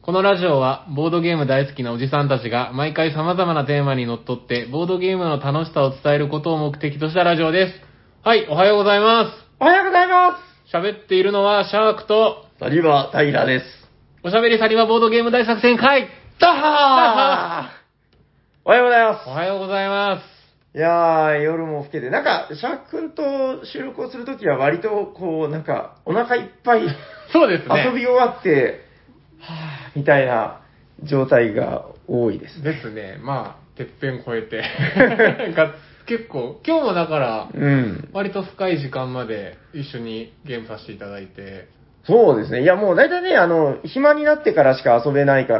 このラジオは、ボードゲーム大好きなおじさんたちが、毎回様々なテーマにのっとって、ボードゲームの楽しさを伝えることを目的としたラジオです。はい、おはようございます。 おはようございま喋っているのは、シャークと、 す。サリバー平です。 おしゃべりサニバボードゲーム大作戦会ダッハーおはようございまおはようございます。いやー、夜も更けて、なんか、シャーク君と収録をするときは割と、こう、なんか、お腹いっぱいす。そうですね。 遊び終わって、はぁ、みたいな状態が多いですね。 ですね。まあ、てっぺん越えて。結構、今日もだから、割と深い時間まで一緒にゲームさせていただいて。 そうですね。いや、もう大体ね、暇になってからしか遊べないから、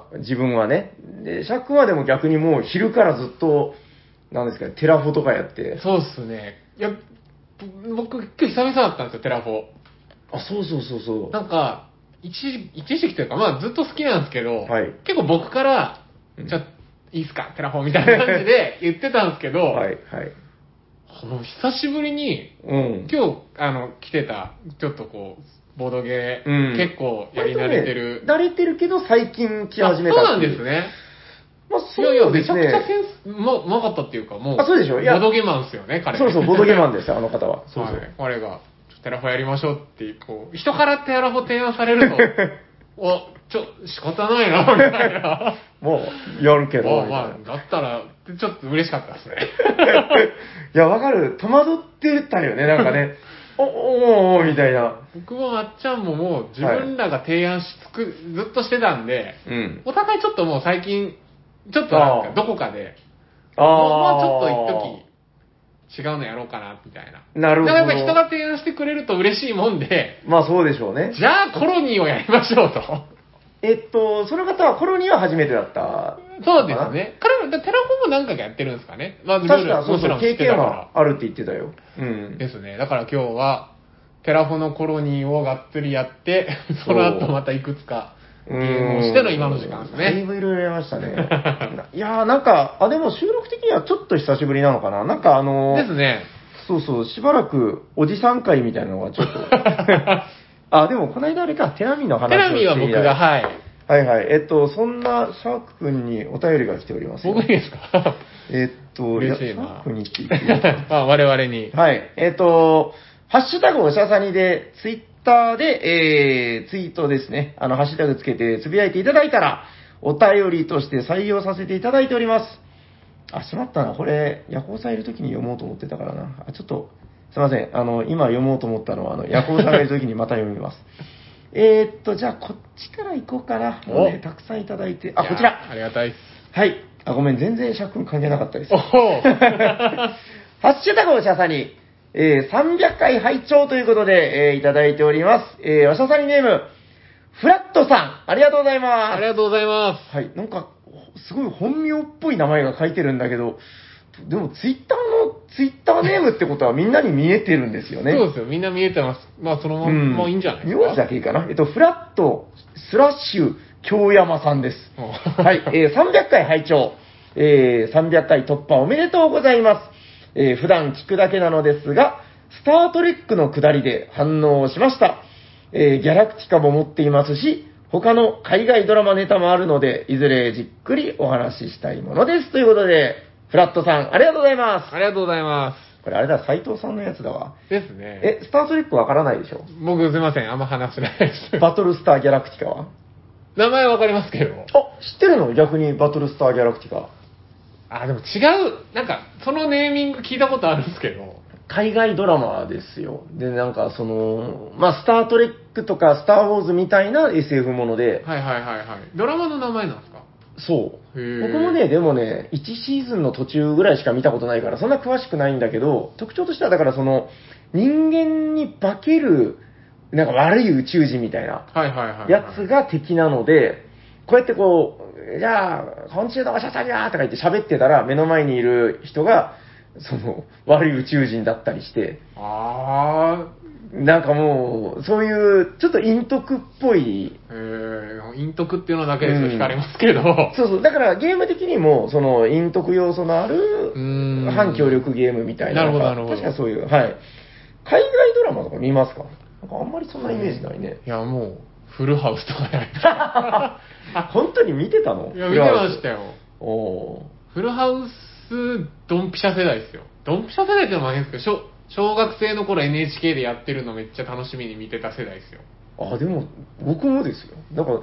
自分はね。で、シャーク君はでも逆にもう昼からずっと、なんですかね、テラフォとかやって。 そうっすね。いや、僕、今日久々だったんですよ、テラフォ。 あ、そうそうそうそう。 なんか、一時期というか、まあずっと好きなんですけど、 はい、 結構僕から、じゃあ、いいっすか、テラフォみたいな感じで言ってたんですけど、 はい、はい。 もう久しぶりに、今日、来てた、ちょっとこう、ボードゲー、結構やり慣れてる。 慣れてるけど最近来始めたそうなんですね。 まあ、そうですね。 めちゃくちゃセンス、うまかったっていうか、もう、 そうでしょ。 ボードゲーマンですよね、彼。 そうそう、ボードゲーマンですよ、あの方は。 そうそう。彼が、テラフォやりましょうっていう、こう、人からテラフォ提案されると、仕方ないな、みたいな。 もう、やるけど。 まあ、だったら、ちょっと嬉しかったですね。 いや、わかる。戸惑ってたよね、なんかね。おみたいな。 僕もまっちゃんももう自分らが提案ずっとしてたんで、お互いちょっともう最近、ちょっとなんかどこかで、もうちょっと一時違うのやろうかな、みたいな。 なるほど。 だからやっぱ人が提案してくれると嬉しいもんで、 まあそうでしょうね。 じゃあコロニーをやりましょうと。 その方はコロニーは初めてだった。 そうですね。テラフォも何回かやってるんですかね。まあ、 確かそうそう、経験はあるって言ってたよ。 ですね。だから今日は、テラフォのコロニーをがっつりやって、その後またいくつかゲームをしての今の時間ですね。 だいぶいろいろやりましたね。いやーなんか、でも収録的にはちょっと久しぶりなのかな。なんかですね。 そうそう、しばらくおじさん会みたいなのがちょっと。でもこの間あれか、テラミの話をして。 テラミは僕が、はい。 はいはい。そんなシャーク君にお便りが来ております。 僕にですか嬉しいな。シャークにって言って我々に。 はい。ハッシュタグおしゃさにで、ツイッターで、ツイートですね。ハッシュタグつけてつぶやいていただいたら、お便りとして採用させていただいております。しまったな。これ、ヤコウさんいるときに読もうと思ってたからな。ちょっと、すいません。今読もうと思ったのは、ヤコウさんがいるときにまた読みます。じゃあ、こっちから行こうかな。もうね、たくさんいただいて。こちら。 ありがたいです。 はい。ごめん、全然シャーク君関係なかったです。ハッシュタグおしゃさに、300回拝聴ということで、いただいております。おしゃさにネーム、フラットさん、ありがとうございます。 ありがとうございます。 はい。なんか、すごい本名っぽい名前が書いてるんだけど、でもツイッターネームってことはみんなに見えてるんですよね。 そうですよ。みんな見えてます。まあ、そのままいいんじゃないですか。 名字だけいいかな。フラットスラッシュ京山さんです。はい。300回拝聴。300回突破おめでとうございます。普段聞くだけなのですが、スタートレックの下りで反応をしました。ギャラクティカも持っていますし、他の海外ドラマネタもあるので、いずれじっくりお話ししたいものです。ということで、フラットさん、ありがとうございます。 ありがとうございます。 これあれだ、斉藤さんのやつだわ。 ですね。 スタートレックわからないでしょ？ 僕すいません、あんま話してないです。 バトルスターギャラクティカは？ 名前わかりますけど。 知ってるの？逆にバトルスターギャラクティカ。 でも違う、なんか、そのネーミング聞いたことあるんですけど。 海外ドラマですよ。で、なんかスタートレックとかスターウォーズみたいな SF もので。 はい。ドラマの名前なんですか？ そう。僕もね、でもね、1シーズンの途中ぐらいしか見たことないから、そんな詳しくないんだけど、特徴としてはだから人間に化ける、なんか悪い宇宙人みたいなやつが敵なので、こうやってじゃあ、昆虫のおしゃさんやーとか言って喋ってたら、目の前にいる人が、悪い宇宙人だったりして、なんかもう、そういう、ちょっと陰徳っぽい。 陰徳っていうのだけでちょっと惹かれますけど。 そう。だからゲーム的にも、陰徳要素のある、反協力ゲームみたいな。 なるほど。 確かそういう、はい。海外ドラマとか見ますか？なんかあんまりそんなイメージないね。 いや、もう、 フルハウスとかじゃないですか。 本当に見てたの？ いや、見てましたよ。 おフルハウス、ドンピシャ世代ですよ。ドンピシャ世代ってのも変ですけど、小学生の頃 NHK でやってるのめっちゃ楽しみに見てた世代ですよ。 でも、僕もですよ。だから、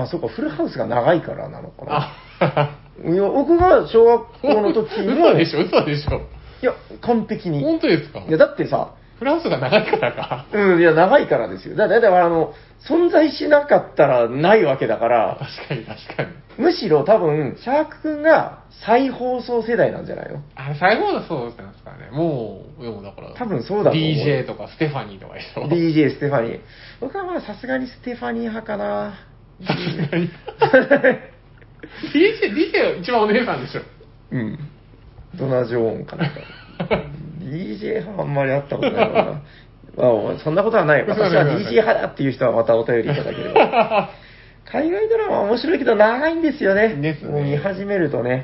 そうか、フルハウスが長いからなのかな。いや、僕が小学校の時も。 嘘でしょ、嘘でしょ。 いや、完璧に。 本当ですか？ いや、だってさ、 フランスが長いからか。 いや、長いからですよ。だから、存在しなかったらないわけだから、 確かに確かに。 むしろ多分、シャーク君が再放送世代なんじゃないの？ 再放送そうなんですかね。もうだから。 多分そうだと思う。 DJ とかステファニーとかでしょ。 DJ ステファニー。僕はまあさすがにステファニー派かな。 さすがに。DJ 一番お姉さんでしょ。 うん。ドナ・ジョーンかな。DJ 派あんまりあったことないかな。そんなことはない。私は DJ 派だっていう人はまたお便りいただければ。海外ドラマは面白いけど長いんですよね。 ですね。 もう見始めるとね。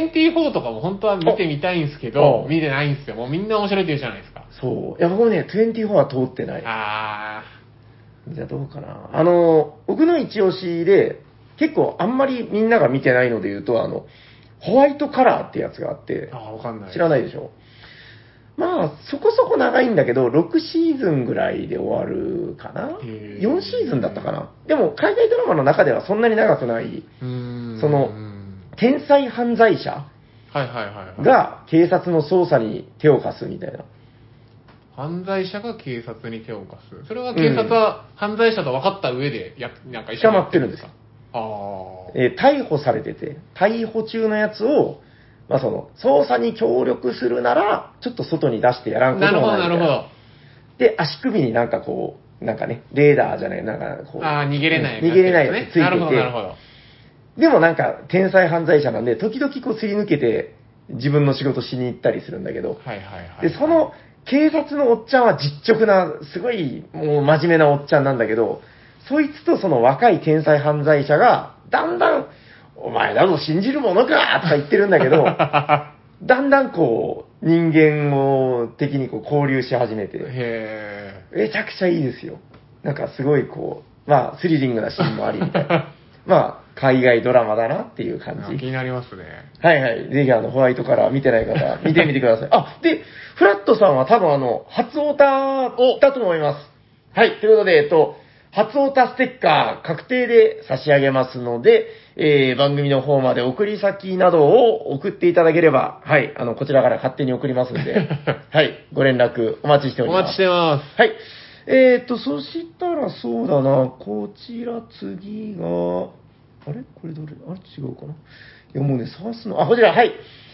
24とかも本当は見てみたいんですけど、見てないんですよ。もうみんな面白いって言うじゃないですか。 そう。いや、僕もね、24は通ってない。じゃあどうかな。僕の一押しで、結構あんまりみんなが見てないので言うと、ホワイトカラーってやつがあって、 わかんない。 知らないでしょ。まあ、そこそこ長いんだけど、6シーズンぐらいで終わるかな。4シーズンだったかな。でも、海外ドラマの中ではそんなに長くない、天才犯罪者が警察の捜査に手を貸すみたいな。 犯罪者が警察に手を貸す。それは警察は犯罪者と分かった上でなんか一緒にやってるんですか？ 逮捕されてて、逮捕中のやつを、捜査に協力するなら、ちょっと外に出してやらんこともないみたいな。なるほど。で、足首になんかね、レーダーじゃない、なんか逃げれない、 逃げれないやつついてて。 なるほど、なるほど。 でもなんか、天才犯罪者なんで、時々すり抜けて、自分の仕事しに行ったりするんだけど、で、その、警察のおっちゃんは実直な、すごい、もう真面目なおっちゃんなんだけど、そいつとその若い天才犯罪者が、だんだん、お前だぞ信じるものかとか言ってるんだけど、だんだん人間を的に交流し始めて、めちゃくちゃいいですよ。なんかすごいスリリングなシーンもありみたいな。海外ドラマだなっていう感じ。 気になりますね。 はいはい。ぜひホワイトカラー見てない方、見てみてください。で、フラットさんは多分初オタだと思います。はい。ということで、初オタステッカー確定で差し上げますので、番組の方まで送り先などを送っていただければ、はい、こちらから勝手に送りますので、はい、ご連絡お待ちしております。 お待ちしてます。 はい。そしたらそうだな、こちら次が、あれこれどれ違うかな。いやもうね、探すの、こちら、はい。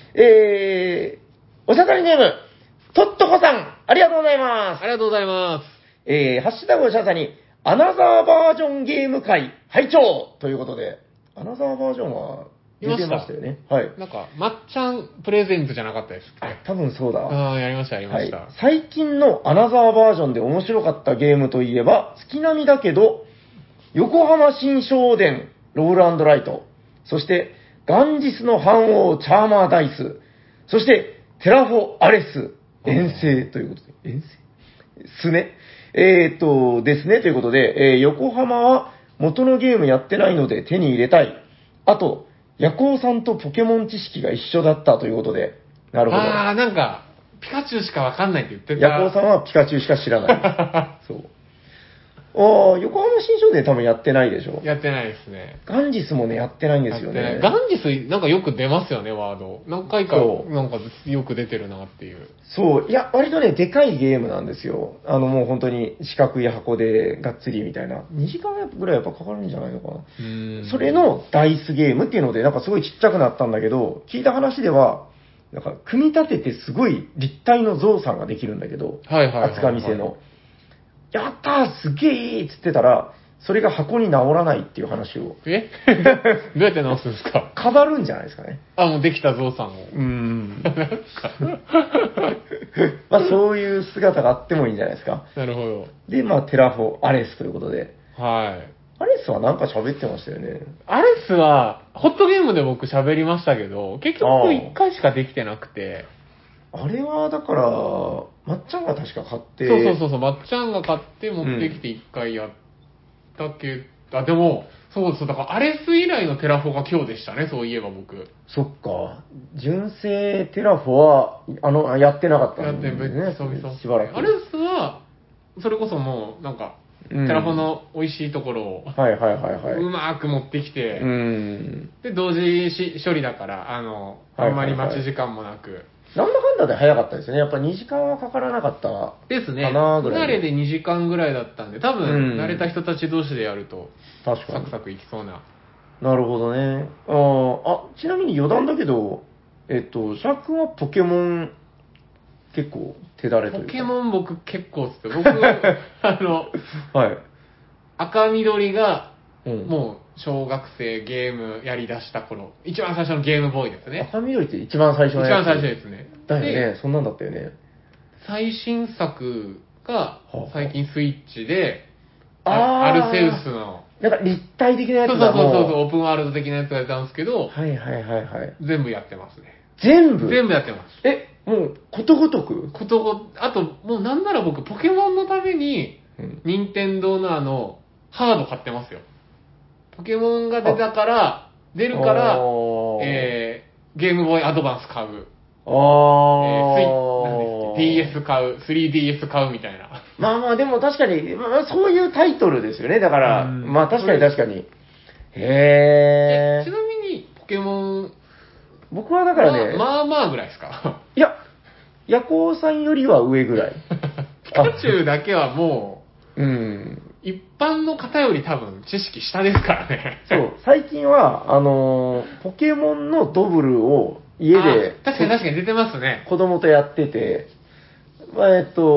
おしゃさりネーム、とっとこさん、ありがとうございます。 ありがとうございます。 ハッシュタグおしゃさに、アナザーバージョンゲーム会、拝聴ということで、アナザーバージョンは出てましたよね。はい。 なんか、まっちゃんプレゼンツじゃなかったですか？ 多分そうだ。 やりました、やりました、 はい。最近のアナザーバージョンで面白かったゲームといえば、月並みだけど、横浜新商店、ロール&ライト、そして、ガンジスの反王、チャーマーダイス、そして、テラフォアレス、遠征ということで、遠征すね。ですね、ということで、横浜は元のゲームやってないので手に入れたい。あと、ヤコウさんとポケモン知識が一緒だったということで、なるほど。 なんか、ピカチュウしかわかんないって言ってた。 ヤコウさんはピカチュウしか知らない。そう。横浜新商店多分やってないでしょ。 やってないですね。 ガンジスもね、やってないんですよね。 ガンジスなんかよく出ますよね、ワード。何回か、なんかよく出てるなっていう。そう。 いや、割とね、でかいゲームなんですよ。もう本当に四角い箱でがっつりみたいな。2時間ぐらいやっぱかかるんじゃないのかな。それのダイスゲームっていうので、なんかすごいちっちゃくなったんだけど、聞いた話では、なんか組み立ててすごい立体のゾウさんができるんだけど、厚かみ製の。やったーすげーいいっつってたら、それが箱に治らないっていう話を。 どうやって直すんですか？ 飾るんじゃないですかね。 もうできたゾウさんを。 まあそういう姿があってもいいんじゃないですか。 なるほど。 で、テラフォアレスということで。 はい。 アレスはなんか喋ってましたよね。 アレスは、ホットゲームで僕喋りましたけど、結局1回しかできてなくて。 あれは、だから、まっちゃんが確か買って。 そう、まっちゃんが買って持ってきて1回やったけど、でも、そうそう、だからアレス以来のテラフォが今日でしたね、そういえば僕。 そっか。純正テラフォは、やってなかったやってんですね。 久々 しばらく。 アレスは、それこそもう、なんか、テラフォの美味しいところを、 はいはいはいはい。 うまく持ってきて、 うん。 で、同時処理だから、あんまり待ち時間もなく。 なんだかんだで早かったですね。やっぱ2時間はかからなかったですね。 かなぐらい離れで2時間ぐらいだったんで、多うん分、慣れた人たち同士でやると、 確かに。 サクサクいきそうな。 なるほどね。ちなみに余談だけど、シャー君はポケモン結構手だれというか。 ポケモン僕結構っすよ。僕、 はい。 赤緑が、 うんもう小学生ゲームやりだした頃、一番最初のゲームボーイですね。 赤緑って一番最初のやつ。 一番最初ですね。 だよね。 でそんなんだったよね。 最新作がはあ最近スイッチで、 あーアルセウスの、 なんか立体的なやつそうだそうそうそう、 もオープンワールド的なやつがやったんですけど、 はいはいはいはい。 全部やってますね。 全部全部やってます。 もう、ことごとくあと、もうなんなら僕、ポケモンのために、 うん任天堂のハード買ってますよ。ポケモンが出るから、ゲームボーイアドバンス買う。なんですっけ、DS 買う、3DS 買うみたいな。 まあまあ、でも確かに、まあ、そういうタイトルですよね。だから、まあ確かに確かに。へちなみに、ポケモン、 僕はだからね、 まあまあぐらいですか。 いや、ヤコウさんよりは上ぐらい。 ピカチュウだけはもう、 一般の方より多分知識下ですからね。 そう、最近は、ポケモンのドブルを家で、 確かに出てますね。 子供とやってて、まあ、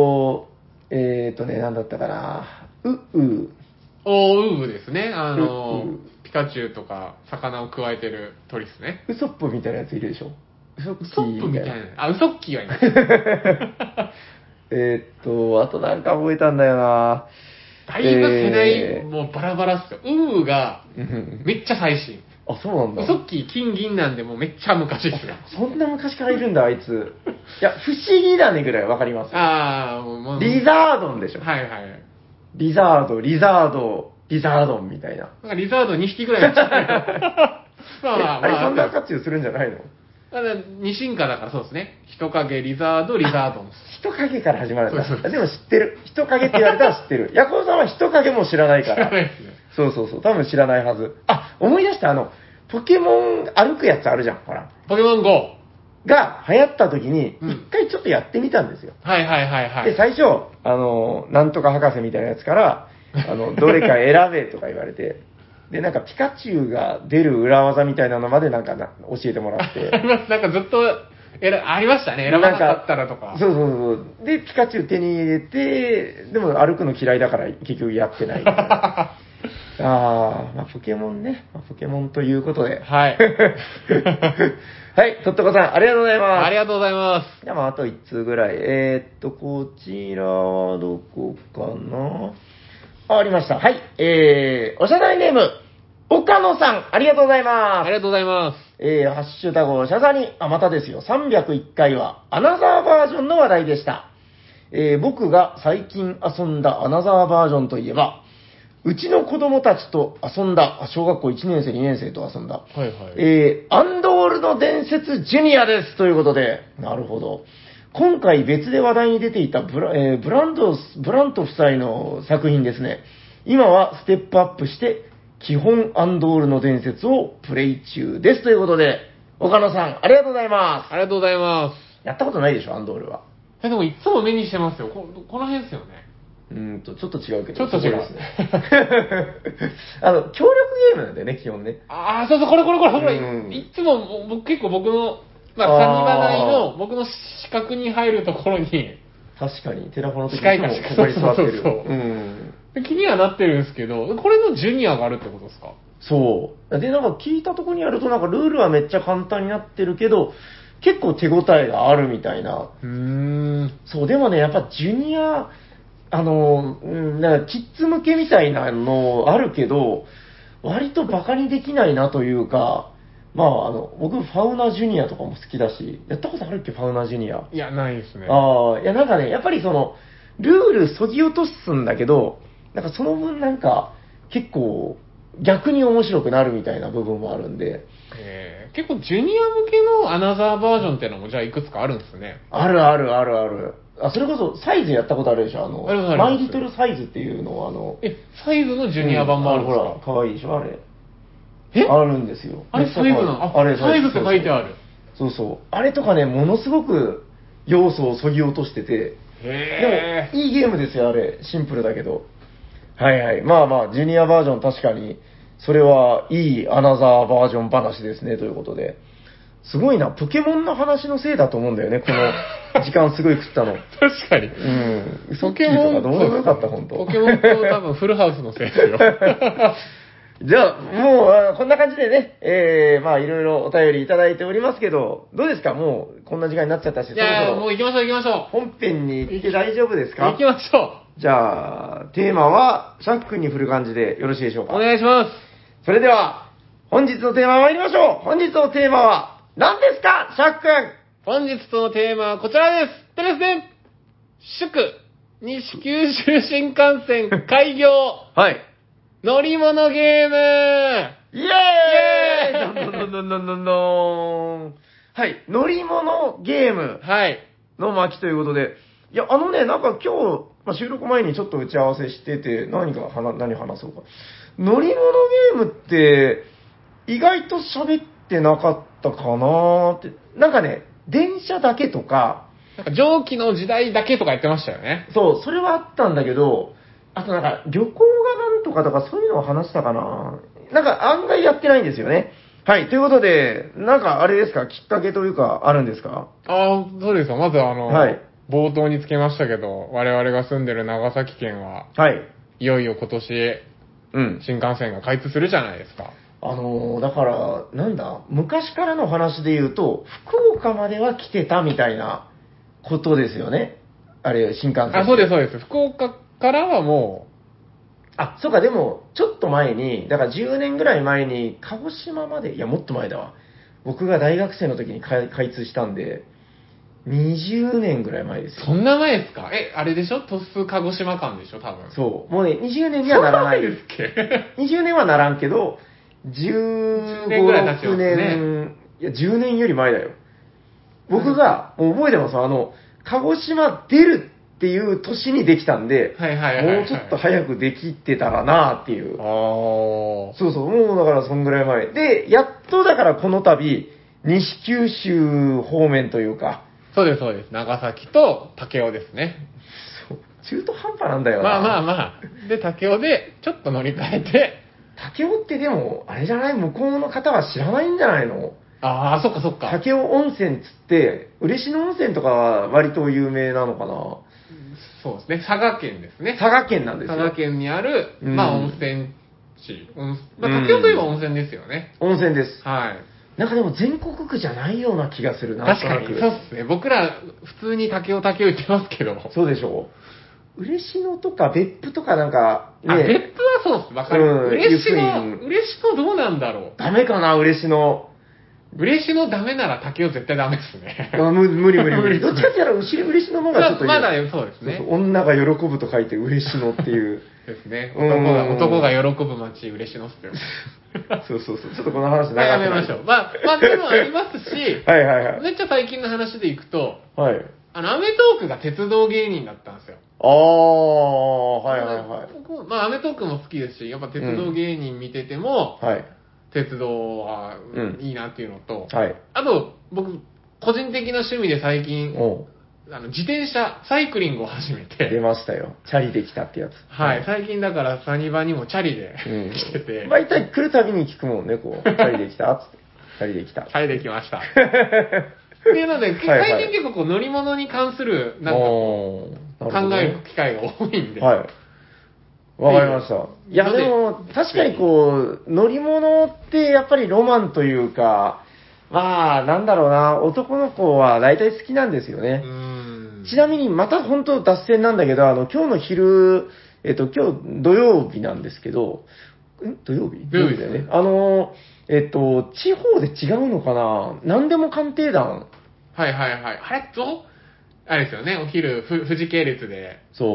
なんだったかな、ウウーですね。 うピカチュウとか魚をくわえてる鳥ですね。 ウソップみたいなやついるでしょ。 ウソップみたいな。ウソッキーはいます。 あとなんか覚えたんだよな。 だいぶ世代、もうバラバラっすよ。ウーがめっちゃ最新。 あ、そうなんだ。 ウソッキー金銀なんでもうめっちゃ昔ですよ。 そんな昔からいるんだ、あいつ。いや、不思議だねぐらいわかります。 もう。 リザードンでしょ。 はいはい。 リザードンみたいな。 なんかリザード2匹ぐらいやっちゃったけど。 あれそんな活用するんじゃないの？ 二進化だからそうですね。人影、リザードン。 人影から始まるんだ。 そうでも知ってる。人影って言われたら知ってる。ヤコウさんは人影も知らないから。 知らないですね。 そう。多分知らないはず。思い出した。ポケモン歩くやつあるじゃん。ほら。 ポケモン GO が流行った時に、一回ちょっとやってみたんですよ。 はい。 で、最初、なんとか博士みたいなやつから、どれか選べとか言われて、で、なんかピカチュウが出る裏技みたいなのまで教えてもらって。 なんかずっと、ありましたね。選ばなかったらとか。 そう。で、ピカチュウ手に入れて、でも歩くの嫌いだから結局やってないみたいな。まあ、ポケモンね。ポケモンということで。 はい。 はい、とっとこさん、ありがとうございます。 ありがとうございます。 じゃあ、あと1通ぐらい。こちらはどこかなありました。はい。おしゃさにネーム、岡野さん、ありがとうございます。 ありがとうございます。 ハッシュタグおしゃさに、またですよ。301回は、アナザーバージョンの話題でした。僕が最近遊んだアナザーバージョンといえば、うちの子供たちと遊んだ、小学校1年生、2年生と遊んだ、アンドールの伝説ジュニアですということで、なるほど。今回別で話題に出ていたブラント夫妻の作品ですね。今はステップアップして、基本アンドールの伝説をプレイ中ですということで、岡野さん、ありがとうございます。 ありがとうございます。 やったことないでしょ、アンドールは。 でもいつも目にしてますよ。この辺ですよね。 ちょっと違うけど。 ちょっと違う。 ですね。協力ゲームなんだよね、基本ね。 そう、これ。いつも、結構僕の、サニバ内の僕の視覚に入るところに、 確かに、テラフォの時近いにもここに座ってる。 そう気にはなってるんですけど、これのジュニアがあるってことですか？ そう。で、なんか聞いたところにやると、なんかルールはめっちゃ簡単になってるけど、結構手応えがあるみたいな。そう、でもね、やっぱジュニア、なんかキッズ向けみたいなのあるけど、割とバカにできないなというか、まあ、僕、ファウナジュニアとかも好きだし、やったことあるっけ、ファウナジュニア。 いや、ないですね。 いや、なんかね、やっぱりルールそぎ落とすんだけど、なんかその分なんか、 結構逆に面白くなるみたいな部分もあるんで。 結構ジュニア向けのアナザーバージョンっていうのもじゃあいくつかあるんですね。 あるあるあるある。あ、それこそサイズやったことあるでしょマイリトルサイズっていうのをサイズのジュニア版もあるんですか、 ほら、かわいいでしょあれ。 えあるんですよ。 あれサイズなの？あれサイズって書いてある。 そうそう。あれとかね、ものすごく要素を削ぎ落としてて、でもいいゲームですよ、あれ。シンプルだけど。はいはい。まあまあ、ジュニアバージョン確かに、それはいいアナザーバージョン話ですね、ということで。すごいな、ポケモンの話のせいだと思うんだよね、この時間すごい食ったの。 確かに。 ポケモンとかどうでもよかった、本当。 ポケモンと多分フルハウスのせいですよ。 じゃあ、もう、こんな感じでね、まあ、いろいろお便りいただいておりますけど、どうですかもう、こんな時間になっちゃったし、 いやもう行きましょう行きましょう。 本編に行って大丈夫ですか？ 行きましょう。じゃあ、テーマは、シャックに振る感じでよろしいでしょうか？ お願いします。 それでは、本日のテーマ参りましょう。本日のテーマは、何ですか、シャック君。 本日のテーマはこちらです。テレステン祝、西九州新幹線開業。 はい。 乗り物ゲームイエーイどんどんはい。乗り物ゲームの巻ということで。いや、なんか今日、まあ、収録前にちょっと打ち合わせしてて、何話そうか。乗り物ゲームって、意外と喋ってなかったかなーって。なんかね、電車だけとか、 なんか蒸気の時代だけとか言ってましたよね。 そう、それはあったんだけど、あとなんか旅行がなんとかとかそういうのを話したかな。なんか案外やってないんですよね。はい、ということで、なんかあれですか、きっかけというかあるんですか？ ああ、そうですよ。まずはい、 冒頭につけましたけど、我々が住んでる長崎県は、 はい。 いよいよ今年、新幹線が開通するじゃないですか。 だから、なんだ、昔からの話で言うと、福岡までは来てたみたいなことですよね。あれ、新幹線。 あ、そうです、そうです。福岡からはもあ、そうか、でも、ちょっと前に、だから10年ぐらい前に、鹿児島まで、いや、もっと前だわ。僕が大学生の時に開通したんで、20年ぐらい前ですよ。 そんな前ですか？あれでしょ鳥栖鹿児島間でしょ多分。 そう。もうね、20年にはならない。 そうですっけ 20年はならんけど、15 年ぐらい経ちますね。 6年、いや、10年より前だよ。僕が、もう覚えてます。鹿児島出るっていう年にできたんで、もうちょっと早くできてたらなっていう。そうそう、もうだからそんぐらい前。で、やっとだからこの度、西九州方面というか。 そうです、そうです。長崎と武雄ですね。 そう。中途半端なんだよな。 まあ。で、武雄でちょっと乗り換えて。 武雄ってでも、あれじゃない？向こうの方は知らないんじゃないの？ ああ、そっかそっか。 武雄温泉っつって、嬉野温泉とかは割と有名なのかな。 そうですね。佐賀県ですね。 佐賀県なんですよ。 佐賀県にある、まあ温泉地。まあ、武雄といえば温泉ですよね。 温泉です。 はい。 なんかでも全国区じゃないような気がするな。 確かに。そうですね。僕ら普通に武雄言ってますけど。 そうでしょう。嬉野とか別府とかなんか、 ね。あ、別府はそうっす。わかる。嬉野どうなんだろう。 ダメかな、嬉野。 嬉野ダメなら武雄絶対ダメですね。 無理。どっちかって言ったら嬉野の方がちょっとまだそうですね。 そう女が喜ぶと書いて嬉野っていう。 ですね。男が喜ぶ街、嬉野っすよ。 そう。ちょっとこの話長くなる。 やめましょう。まあ、でもありますし、 はい。 めっちゃ最近の話でいくと、 はい。 アメトークが鉄道芸人だったんですよ。 はい。 まあ、アメトークも好きですし、やっぱ鉄道芸人見てても、 はい。 鉄道はいいなっていうのと、 はい。 あと、僕、個人的な趣味で最近、自転車、サイクリングを始めて。 出ましたよ。チャリで来たってやつ。 はい。最近だからサニバにもチャリで来てて。 大体来るたびに聞くもんね、こう。チャリで来たつって。チャリで来た。 チャリで来ました。っていうので、最近結構こう乗り物に関する、なんかこう、考える機会が多いんで。 はい。わかりました。いや、でも、確かにこう、乗り物ってやっぱりロマンというか、まあ、なんだろうな、男の子は大体好きなんですよね。ちなみに、また本当脱線なんだけど、今日の昼、今日土曜日なんですけど、土曜日だよね。地方で違うのかな？何でも鑑定団。 はい。あれですよね、お昼、富士系列で。 そう。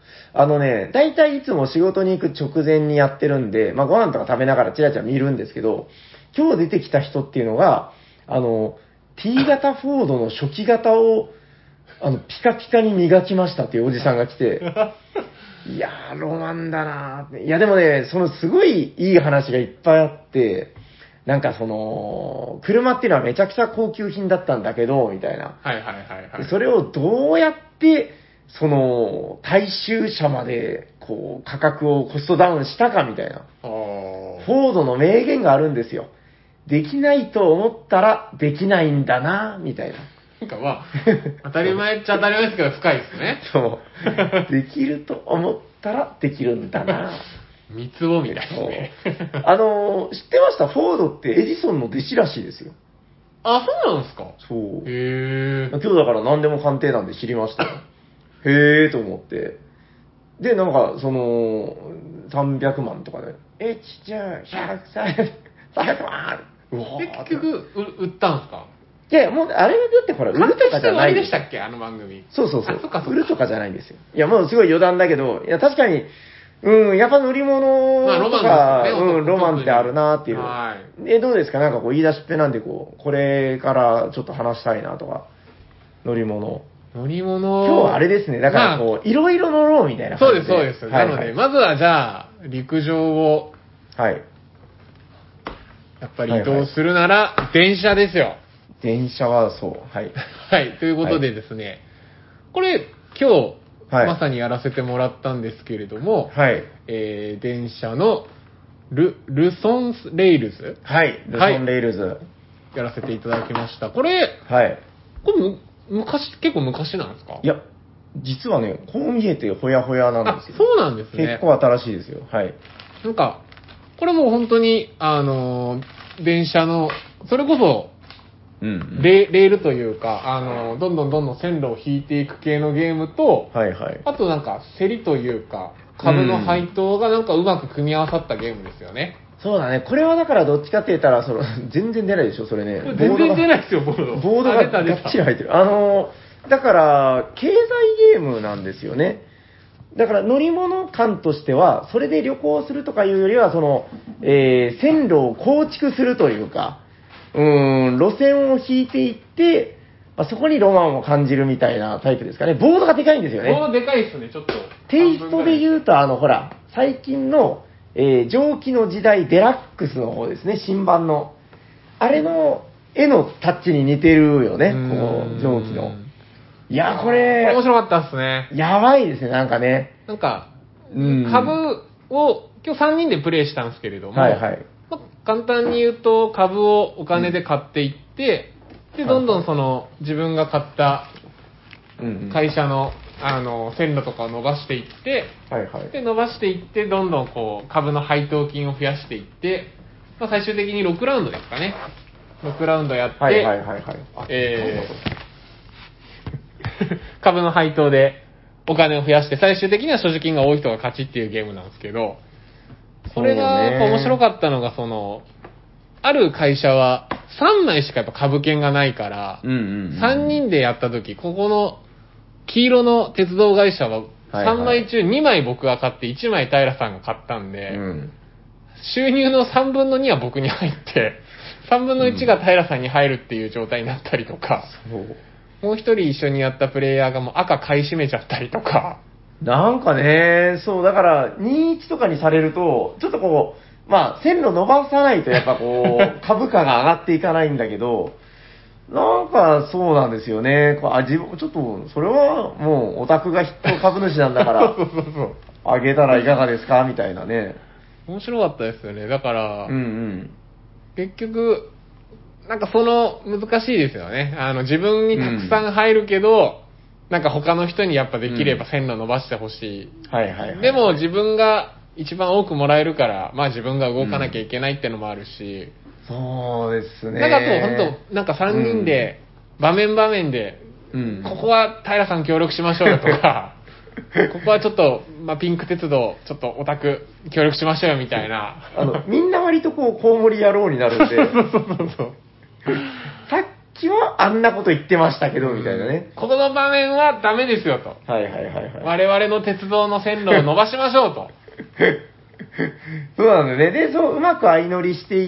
大体いつも仕事に行く直前にやってるんで、まあご飯とか食べながらチラチラ見るんですけど、今日出てきた人っていうのが、T 型フォードの初期型を、ピカピカに磨きましたっていうおじさんが来て、いやー、ロマンだなーって。いや、でもね、すごいいい話がいっぱいあって、なんか車っていうのはめちゃくちゃ高級品だったんだけど、みたいな。 はいはいはいはい。 それをどうやって、大衆車まで、価格をコストダウンしたかみたいな。フォードの名言があるんですよ。できないと思ったらできないんだな、みたいな。 なんかまあ、当たり前っちゃ当たり前ですけど深いですね。 そう。できると思ったらできるんだな。 三つ子みたいですね。 知ってました？フォードってエジソンの弟子らしいですよ。 あ、そうなんですか？ そう。 へー。 今日だから何でも鑑定なんで知りましたよ。へーと思って。で、なんか、300万とかで、1、10、100、300万結局、売ったんですか？ いや、もう、あれはだってほら、売るとかじゃないでしたっけ、あの番組。 そう。 そっか売るとかじゃないんですよ。いや、もうすごい余談だけど、いや、確かに、やっぱ乗り物とか、ロマンってあるなっていう。 はい。 どうですか？なんか言い出しっぺなんでこれからちょっと話したいなとか、乗り物。 乗り物。 今日はあれですね。だからいろいろ乗ろうみたいな感じで。 そうです。なので、まずはじゃあ、陸上を、 はい。 やっぱり移動するなら、電車ですよ。 電車はそう。はい。 はい。ということでですね、これ、今日、まさにやらせてもらったんですけれども、 はい。 電車のルソンレイルズ。 はい。ルソンレイルズ。 やらせていただきました。これ、 はい。 これ結構昔なんですか？ いや、実はね、こう見えてほやほやなんですよ。 そうなんですね。 結構新しいですよ。はい。 なんか、これもう本当に、電車の、それこそ、レールというか、どんどん線路を引いていく系のゲームと、 はいはい。 あとなんか、競りというか、株の配当がなんかうまく組み合わさったゲームですよね。 そうだね。これはだからどっちかって言ったら、全然出ないでしょ、それね。 全然出ないですよ、ボード。 ボードががっちり入ってる。だから、経済ゲームなんですよね。だから乗り物感としては、それで旅行するとかいうよりは、線路を構築するというか、路線を引いていって、まあ、そこにロマンを感じるみたいなタイプですかね。ボードがでかいんですよね。 ボードでかいですね、ちょっと。 テイストで言うと、ほら、最近の、蒸気の時代デラックスの方ですね、新版の。あれの絵のタッチに似てるよね、この蒸気の。いや、これ、 面白かったっすね。 やばいですね、なんかね。 なんか、株を、今日3人でプレイしたんですけれども、 はいはい。 まあ、簡単に言うと、株をお金で買っていって、で、どんどん自分が買った会社の、線路とかを伸ばしていって、 はいはい。 で、伸ばしていって、どんどん株の配当金を増やしていって、まあ、最終的に6ラウンドですかね。6ラウンドやって、 はいはいはいはい。 株の配当でお金を増やして、最終的には所持金が多い人が勝ちっていうゲームなんですけど、それがやっぱ面白かったのが、ある会社は3枚しかやっぱ株券がないから、3人でやった時、ここの黄色の鉄道会社は3枚中2枚僕が買って1枚平さんが買ったんで、収入の3分の2は僕に入って、3分の1が平さんに入るっていう状態になったりとか、もう一人一緒にやったプレイヤーがもう赤買い占めちゃったりとか。 なんかね、そう、だから、21とかにされると、ちょっとまあ、線路伸ばさないとやっぱ株価が上がっていかないんだけど、なんかそうなんですよね。自分、ちょっと、それはもうオタクが筆頭株主なんだから、あげたらいかがですかみたいなね。 面白かったですよね。だから、 うんうん、 結局、なんか難しいですよね。自分にたくさん入るけど、なんか他の人にやっぱできれば線路伸ばしてほしい。でも自分が一番多くもらえるから、まあ自分が動かなきゃいけないってのもあるし。 そうですね。 なんか本当なんか3人で、場面で、ここは平さん協力しましょうよとか、ここはちょっと、まあ、ピンク鉄道、ちょっとオタク協力しましょうよみたいな。 みんな割とコウモリ野郎になるんで。さっきはあんなこと言ってましたけど、みたいなね。 この場面はダメですよと。 はいはいはいはい。 我々の鉄道の線路を伸ばしましょうと。 そうなんだよね。で、そう、うまく相乗りしていって、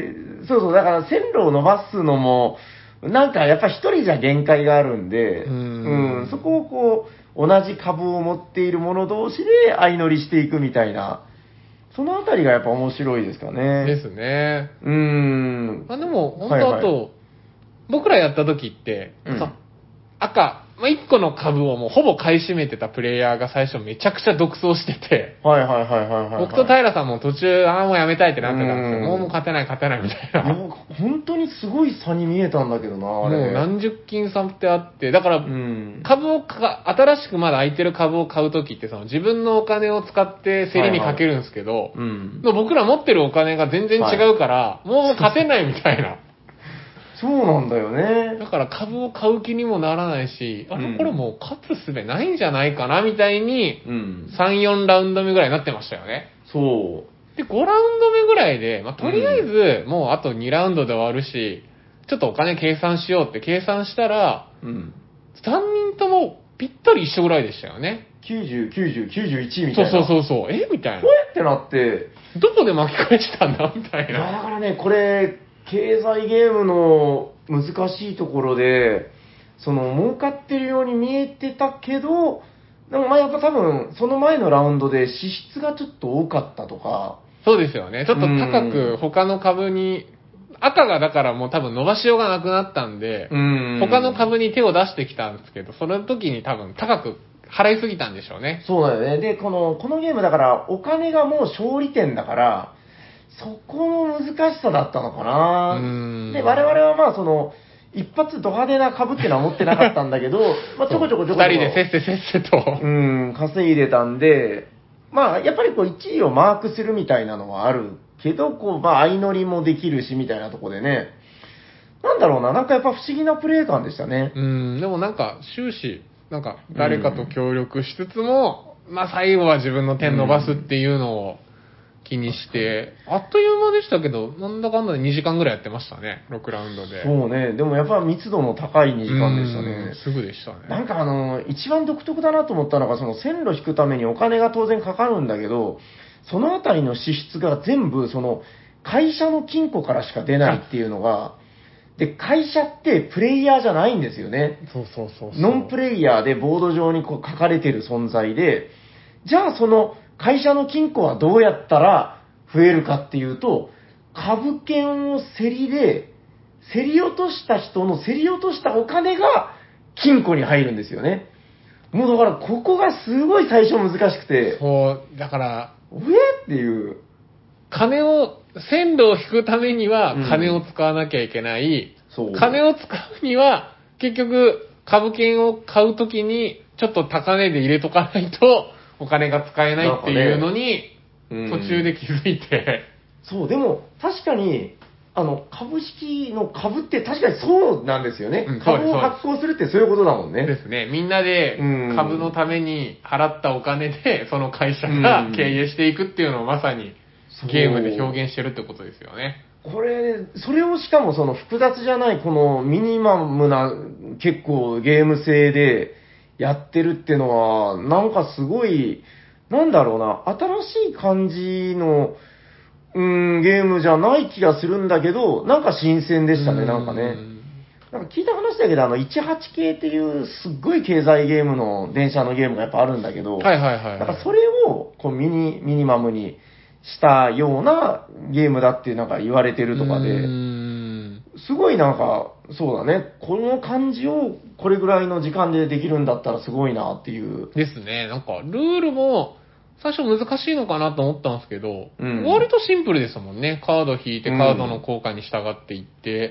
そうそう、だから線路を伸ばすのも、なんかやっぱ一人じゃ限界があるんで、そこをこう、同じ株を持っている者同士で相乗りしていくみたいな、そのあたりがやっぱ面白いですかね。 ですね。 まあでも、本当あと、僕らやった時って、赤、1個の株をもうほぼ買い占めてたプレイヤーが最初めちゃくちゃ独走してて、僕と平さんも途中、もうやめたいってなってたんですよ。もう勝てないみたいな。いや、 本当にすごい差に見えたんだけどな、あれ。 もう何十金差ってあって、だから、株を新しくまだ空いてる株を買う時って、その自分のお金を使って競りにかけるんですけど、僕ら持ってるお金が全然違うから、もう勝てないみたいな。 そうなんだよね。 だから株を買う気にもならないし、これもう勝つ術ないんじゃないかなみたいに、3、4ラウンド目ぐらいになってましたよね。 そう。 で、5ラウンド目ぐらいで、とりあえず、もうあと2ラウンドで終わるし、ちょっとお金計算しようって計算したら、3人ともぴったり一緒ぐらいでしたよね。 90、90、91みたいな。 そう。みたいな。 こうやってなって、 どこで巻き返したんだみたいな。 だからね、これ、経済ゲームの難しいところで、儲かってるように見えてたけど、でもやっぱ多分、その前のラウンドで支出がちょっと多かったとか。 そうですよね。ちょっと高く他の株に、赤がだからもう多分伸ばしようがなくなったんで、他の株に手を出してきたんですけど、その時に多分高く払いすぎたんでしょうね。 そうだよね。で、このゲームだからお金がもう勝利点だから、そこの難しさだったのかな。で、我々は一発ド派手な株っていうのは持ってなかったんだけど、ちょこちょこ。 二人でせっせと。 稼いでたんで、やっぱり1位をマークするみたいなのはあるけど、相乗りもできるしみたいなとこでね。なんだろうな、なんかやっぱ不思議なプレイ感でしたね。 でもなんか終始、なんか誰かと協力しつつも、最後は自分の手伸ばすっていうのを、気にして、あっという間でしたけど、なんだかんだで2時間ぐらいやってましたね、6ラウンドで。 そうね、でもやっぱ密度の高い2時間でしたね。 すぐでしたね。 なんか一番独特だなと思ったのが、線路引くためにお金が当然かかるんだけど、そのあたりの支出が全部、会社の金庫からしか出ないっていうのが、で、会社ってプレイヤーじゃないんですよね。 そう。 ノンプレイヤーでボード上に書かれてる存在で、じゃあ会社の金庫はどうやったら増えるかっていうと、株券を競り落とした人の競り落としたお金が金庫に入るんですよね。もうだからここがすごい最初難しくて。 そう、だから、 っていう。 線路を引くためには金を使わなきゃいけない。金を使うには、結局株券を買うときにちょっと高値で入れとかないと、お金が使えないっていうのに、途中で気づいて。 そう、でも、確かに、株式の株って確かにそうなんですよね。株を発行するってそういうことだもんね。 ですね。みんなで株のために払ったお金で、その会社が経営していくっていうのをまさにゲームで表現してるってことですよね。 これ、それをしかも複雑じゃない、このミニマムな結構ゲーム性で、やってるっていうのは、なんかすごい、なんだろうな、新しい感じの、ゲームじゃない気がするんだけど、なんか新鮮でしたね、なんかね。なんか聞いた話だけど、18系っていうすっごい経済ゲームの電車のゲームがやっぱあるんだけど、なんかそれをこうミニマムにしたようなゲームだってなんか言われてるとかで、すごいなんか、そうだね。この感じをこれぐらいの時間でできるんだったらすごいなっていう。 ですね。なんか、ルールも最初難しいのかなと思ったんですけど、割とシンプルですもんね。カード引いてカードの効果に従っていって。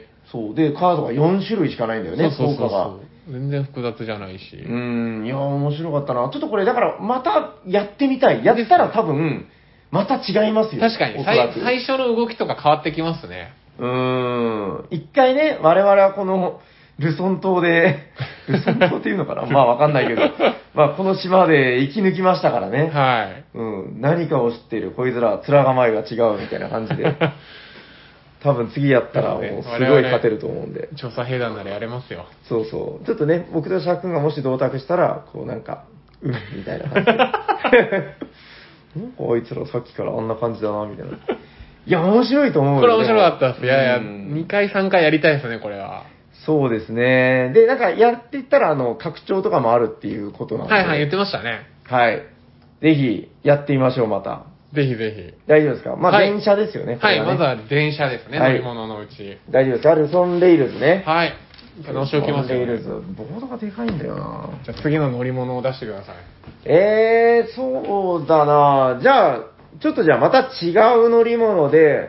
そう。で、カードが4種類しかないんだよね、効果が。 全然複雑じゃないし。 いや、面白かったな。ちょっとこれ、だからまたやってみたい。やったら多分、また違いますよ。 確かに。最初の動きとか変わってきますね。 一回ね、我々はこの、ルソン島で、ルソン島っていうのかなわかんないけど、この島で生き抜きましたからね。 はい。 何かを知っている、こいつら、面構えが違うみたいな感じで。 多分次やったらもうすごい勝てると思うんで。 調査兵団ならやれますよ。 そうそう。ちょっとね、僕とシャー君がもし同卓したら、こうなんか、みたいな感じで。なんかあいつらさっきからあんな感じだな、みたいな。いや、面白いと思うよ。 これ面白かったです。いやいや、2回3回やりたいですね、これは。 そうですね。で、なんかやっていったら、拡張とかもあるっていうことなんで。 はいはい、言ってましたね。 はい。ぜひ、やってみましょう、また。 ぜひぜひ。 大丈夫ですか？まあ、 はい電車ですよね。 はい、 ねまずは電車ですね、 はい乗り物のうち。 大丈夫です。アルソンレイルズね。 はい。直しておきますよ、ね。 レイルズ。ボードがでかいんだよな。 じゃあ次の乗り物を出してください。 そうだな。じゃあ、ちょっとじゃあまた違う乗り物で、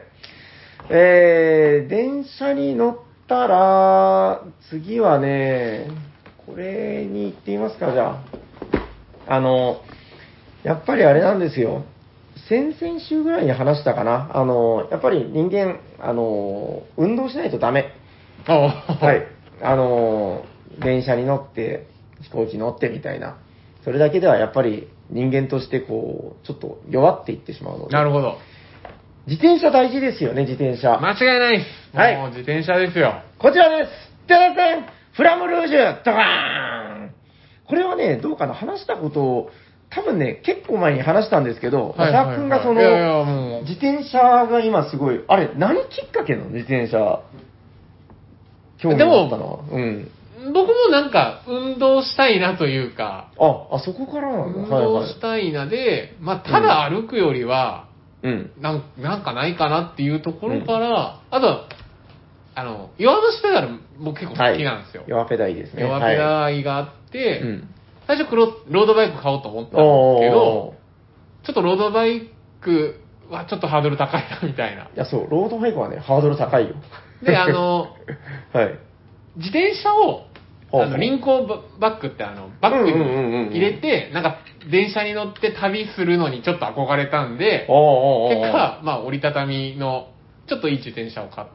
電車に乗ったら、次はね、これに行ってみますか、じゃあ。やっぱりあれなんですよ。先々週ぐらいに話したかな。やっぱり人間、運動しないとダメ。はい。電車に乗って、飛行機乗ってみたいな。それだけではやっぱり人間としてこう、ちょっと弱っていってしまうので。 なるほど。 自転車大事ですよね、自転車。 間違いないです。 はい。 もう自転車ですよ。 こちらです。てれてんフラムルージュドカーンこれはね、どうかな話したことを、多分ね、結構前に話したんですけど、 はいはいはい、 シャー君がその、 いやいやもう自転車が今すごい、あれ、何きっかけの自転車、興味持ったのは。うん。 僕もなんか、運動したいなというか、 そこからなんだ。 運動したいなで、まあ、ただ歩くよりは、なんかないかなっていうところから、あと、弱腰ペダル、僕結構好きなんですよ。 弱ペダイですね。 弱ペダイがあって、最初ロードバイク買おうと思ったんですけど、ちょっとロードバイクはちょっとハードル高いなみたいな。 いや、そう、ロードバイクはね、ハードル高いよ。 で、 はい。 自転車を、輪行バッグってバッグに入れて、なんか電車に乗って旅するのにちょっと憧れたんで、結果、まあ折りたたみのちょっといい自転車を買って、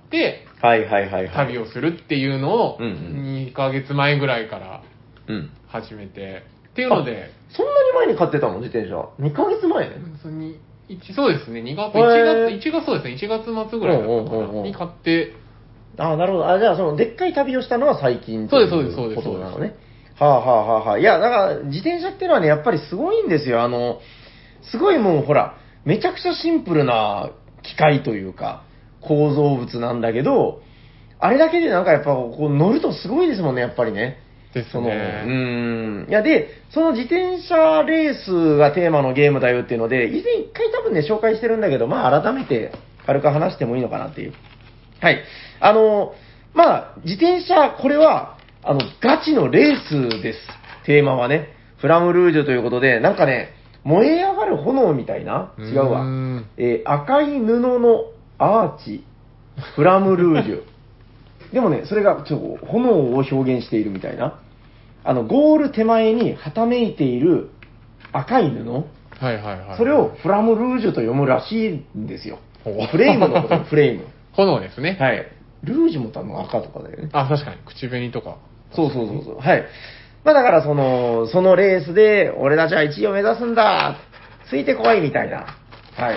旅をするっていうのを2ヶ月前ぐらいから始めて、っていうので。 そんなに前に買ってたの自転車。2ヶ月前そうですね、1月そうですね、1月末ぐらいだったかな、に買って、 なるほど。じゃあ、その、でっかい旅をしたのは最近そうです、そうです。 ことなのね。いや、だから、自転車っていうのはね、やっぱりすごいんですよ。すごいもう、ほら、めちゃくちゃシンプルな機械というか、構造物なんだけど、あれだけでなんかやっぱ、こう、乗るとすごいですもんね、やっぱりね。 ですね。 いや、で、その自転車レースがテーマのゲームだよっていうので、以前一回多分ね、紹介してるんだけど、まあ、改めて軽く話してもいいのかなっていう。はい。まあ、自転車、これは、ガチのレースです。テーマはね。フラムルージュということで、なんかね、燃え上がる炎みたいな違うわ。赤い布のアーチ、フラムルージュ。でもね、それがちょっと炎を表現しているみたいな。ゴール手前にはためいている赤い布。それをフラムルージュと読むらしいんですよ。フレームのこと、フレーム。 炎ですね。 はい。ルージュも多分赤とかだよね。 確かに。口紅とか。 そう。はい。まあだからそのレースで、俺たちは1位を目指すんだついてこいみたいな。はい。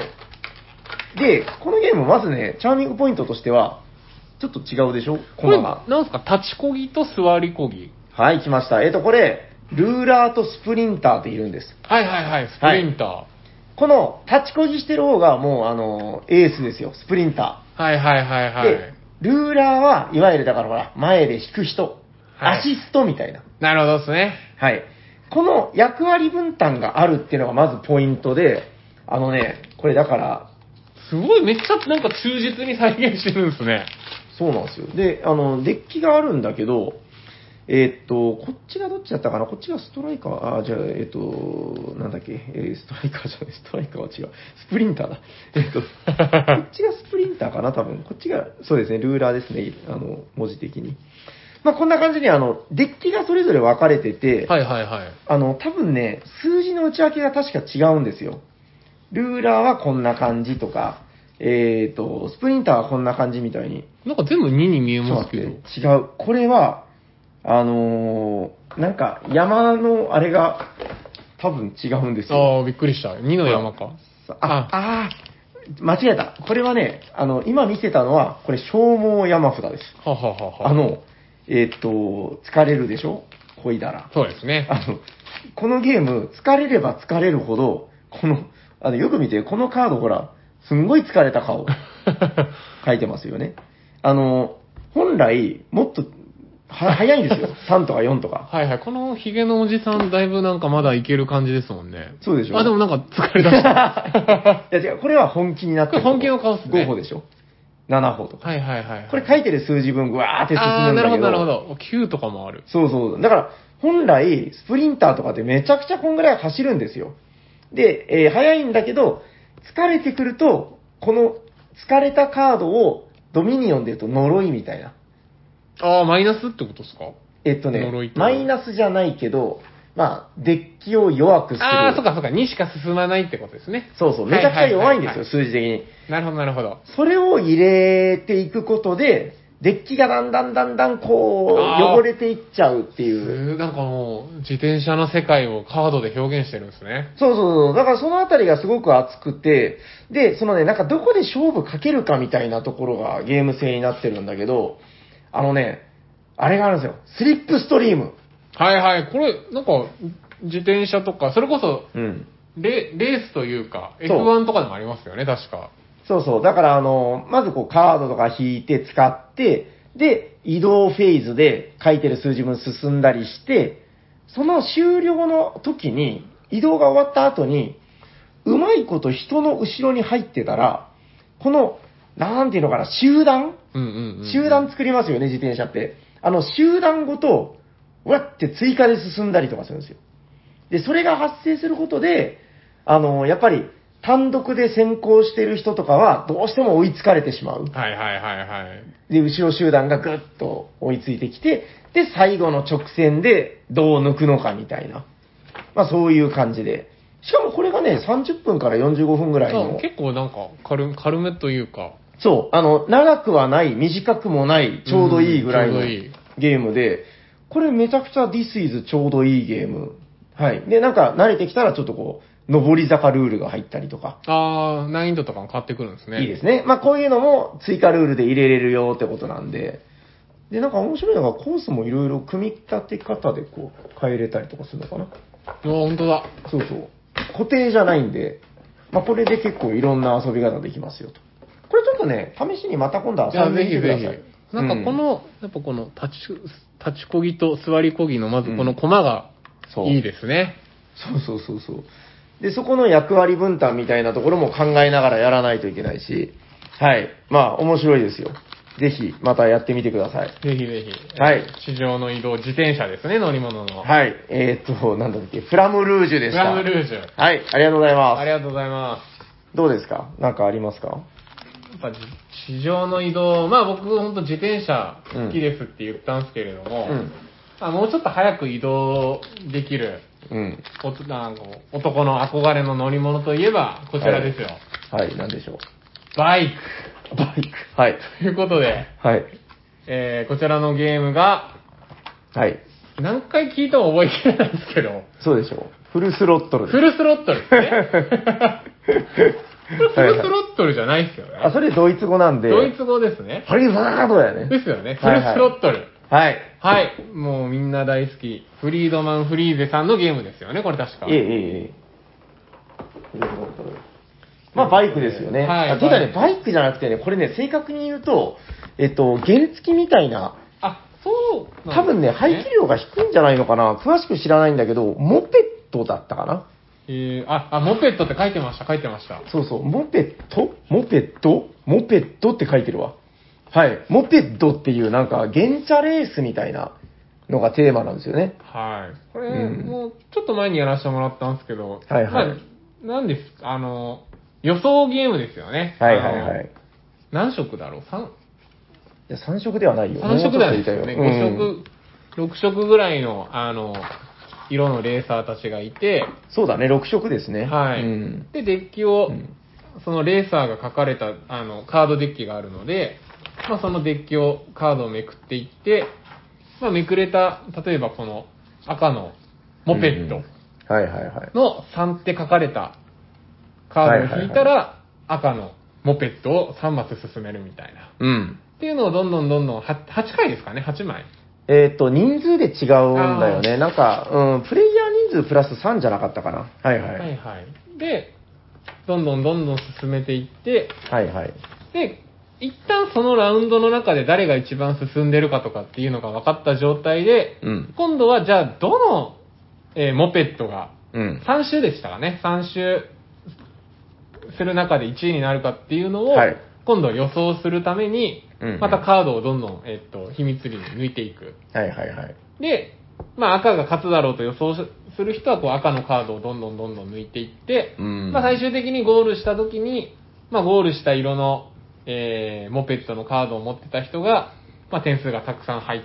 で、このゲームまずね、チャーミングポイントとしては、ちょっと違うでしょこれ、なんすか立ちこぎと座りこぎ。 はい、来ました。これ、ルーラーとスプリンターっているんです。 スプリンター。 この、立ちこぎしてる方がもう、エースですよ、スプリンター。 で、ルーラーはいわゆるだからほら、前で引く人、アシストみたいな。 なるほどですね。 はい。この役割分担があるっていうのがまずポイントで、これだから、 すごいめっちゃなんか忠実に再現してるんですね。 そうなんですよ。で、デッキがあるんだけど、こっちがどっちだったかなこっちがストライカー、じゃあ、なんだっけ、ストライカーじゃない、ストライカーは違う。スプリンターだ。こっちがスプリンターかな多分。こっちが、そうですね、ルーラーですね、文字的に。まあ、こんな感じに、デッキがそれぞれ分かれてて、多分ね、数字の内訳が確か違うんですよ。ルーラーはこんな感じとか、スプリンターはこんな感じみたいに。 なんか全部2に見えますけど。 違う。これは、なんか山のあれが多分違うんですよ。 びっくりした。2の山か。 間違えた。これはね、今見せたのは、これ消耗山札です。 はははは。 疲れるでしょ漕いだら。 そうですね。 このゲーム、疲れれば疲れるほど、よく見て、このカードほら、すんごい疲れた顔、書いてますよね。本来、もっと、早いんですよ。3とか4とか。 はいはい。このヒゲのおじさん、だいぶなんかまだいける感じですもんね。 そうでしょ。 あ、でもなんか疲れ出した。 いや違う、これは本気になってる。 これ本気の顔っすね。 5歩でしょ。7歩とか。 はいはいはい。 これ書いてる数字分、ぐわーって進むんだけど。 あー、なるほどなるほど。9とかもある。 そうそう。だから、本来、スプリンターとかってめちゃくちゃこんぐらい走るんですよ。で、速いんだけど、疲れてくると、この疲れたカードをドミニオンで言うと呪いみたいな。 あー、マイナスってことですか？ マイナスじゃないけど、まあ、デッキを弱くする。 ああ、そうかそうか、2しか進まないってことですね。 そうそう、めちゃくちゃ弱いんですよ、数字的に。 なるほど、なるほど。 それを入れていくことで、デッキがだんだんこう、汚れていっちゃうっていう。 なんかもう、自転車の世界をカードで表現してるんですね。 そうそうそう。だからそのあたりがすごく熱くて、で、なんかどこで勝負かけるかみたいなところがゲーム性になってるんだけど、あれがあるんですよ。スリップストリーム。 はいはい。これ、なんか、自転車とか、それこそ、 うん。 レースというか、F1 とかでもありますよね、確か。 そうそう。だから、まずこう、カードとか引いて使って、で、移動フェーズで書いてる数字分進んだりして、その終了の時に、移動が終わった後に、うまいこと人の後ろに入ってたら、この、なんていうのかな、集団作りますよね、自転車って。集団ごと、わって追加で進んだりとかするんですよ。で、それが発生することで、やっぱり、単独で先行してる人とかは、どうしても追いつかれてしまう。 はいはいはいはい。 で、後ろ集団がぐっと追いついてきて、で、最後の直線でどう抜くのかみたいな。まあそういう感じで。しかもこれがね、30分から45分ぐらいの。 結構なんか軽めというか。 そう、長くはない、短くもない、ちょうどいいぐらいのゲームで、これめちゃくちゃ This is ちょうどいいゲーム。はい。で、なんか慣れてきたらちょっとこう、上り坂ルールが入ったりとか。 ああ、難易度とかも変わってくるんですね。 いいですね。まあこういうのも追加ルールで入れれるよってことなんで。で、なんか面白いのがコースもいろいろ組み立て方でこう変えれたりとかするのかな。 本当だ。 そうそう。固定じゃないんで、まあこれで結構いろんな遊び方できますよと。これちょっとね、試しにまた今度遊んでみてください。ぜひ。 なんかこの、やっぱこの立ちこぎと座りこぎのまずこのコマがいいですね。 そうそう。で、そこの役割分担みたいなところも考えながらやらないといけないし、はい。まあ、面白いですよ。ぜひ、またやってみてください。 ぜひぜひ。 はい。 地上の移動、自転車ですね、乗り物の。 はい。なんだっけ、フラムルージュでした。 フラムルージュ。 はい。ありがとうございます。 ありがとうございます。 どうですか？なんかありますか？ やっぱ地上の移動、まあ僕本当自転車好きですって言ったんですけれども、もうちょっと早く移動できる、男の憧れの乗り物といえばこちらですよ。 はい、なんでしょう。 バイク。 はい。 ということで、 はい。 こちらのゲームが、 はい。 何回聞いても覚えきれないんですけど。 そうでしょう。フルスロットル。 フルスロットルですね。フルスロットルじゃないですよね。 あ、それドイツ語なんで。 ドイツ語ですね。 ハリファードやね。 ですよね。フルスロットル。 はい。 はい。もうみんな大好き。フリードマン・フリーゼさんのゲームですよね、これ確か。 フルスロットル。まあ、バイクですよね。はい。てかね、バイクじゃなくてね、これね、正確に言うと、原付みたいな。 そうなんですね。 多分ね、排気量が低いんじゃないのかな。詳しく知らないんだけど、モペットだったかな。 モペットって書いてました。 そうそう、モペットって書いてるわ。はい。モペットっていうなんか、原チャレースみたいなのがテーマなんですよね。 はい。これ、もうちょっと前にやらせてもらったんですけど、 はいはい。 まあ、なんです予想ゲームですよね。 はいはいはい。 何色だろう 3色ではないよ。 3色だよね。5色、6色ぐらいの、色のレーサーたちがいて、 そうだね、6色ですね。 はい。で、デッキを、そのレーサーが書かれた、カードデッキがあるので、まあ、そのデッキを、カードをめくっていって、まあ、めくれた、例えばこの赤のモペットの3って書かれたカードを引いたら、 赤のモペットを3マス進めるみたいな。 うん。 っていうのをどんどん8回ですかね、8枚。 人数で違うんだよね。なんか、プレイヤー人数プラス3じゃなかったかな。はいはい。 はいはい。で、どんどん進めていって、 はいはい。 で、一旦そのラウンドの中で誰が一番進んでるかとかっていうのが分かった状態で、 うん、 今度はじゃあどの、モペットが、3周でしたかね、3周する中で1位になるかっていうのを、はい、今度予想するために、またカードをどんどん、秘密裏に抜いていく。 はいはいはい。 で、まあ赤が勝つだろうと予想する人はこう赤のカードをどんどん抜いていって、まあ最終的にゴールした時に、まあゴールした色の、モペットのカードを持ってた人が、まあ点数がたくさん入って、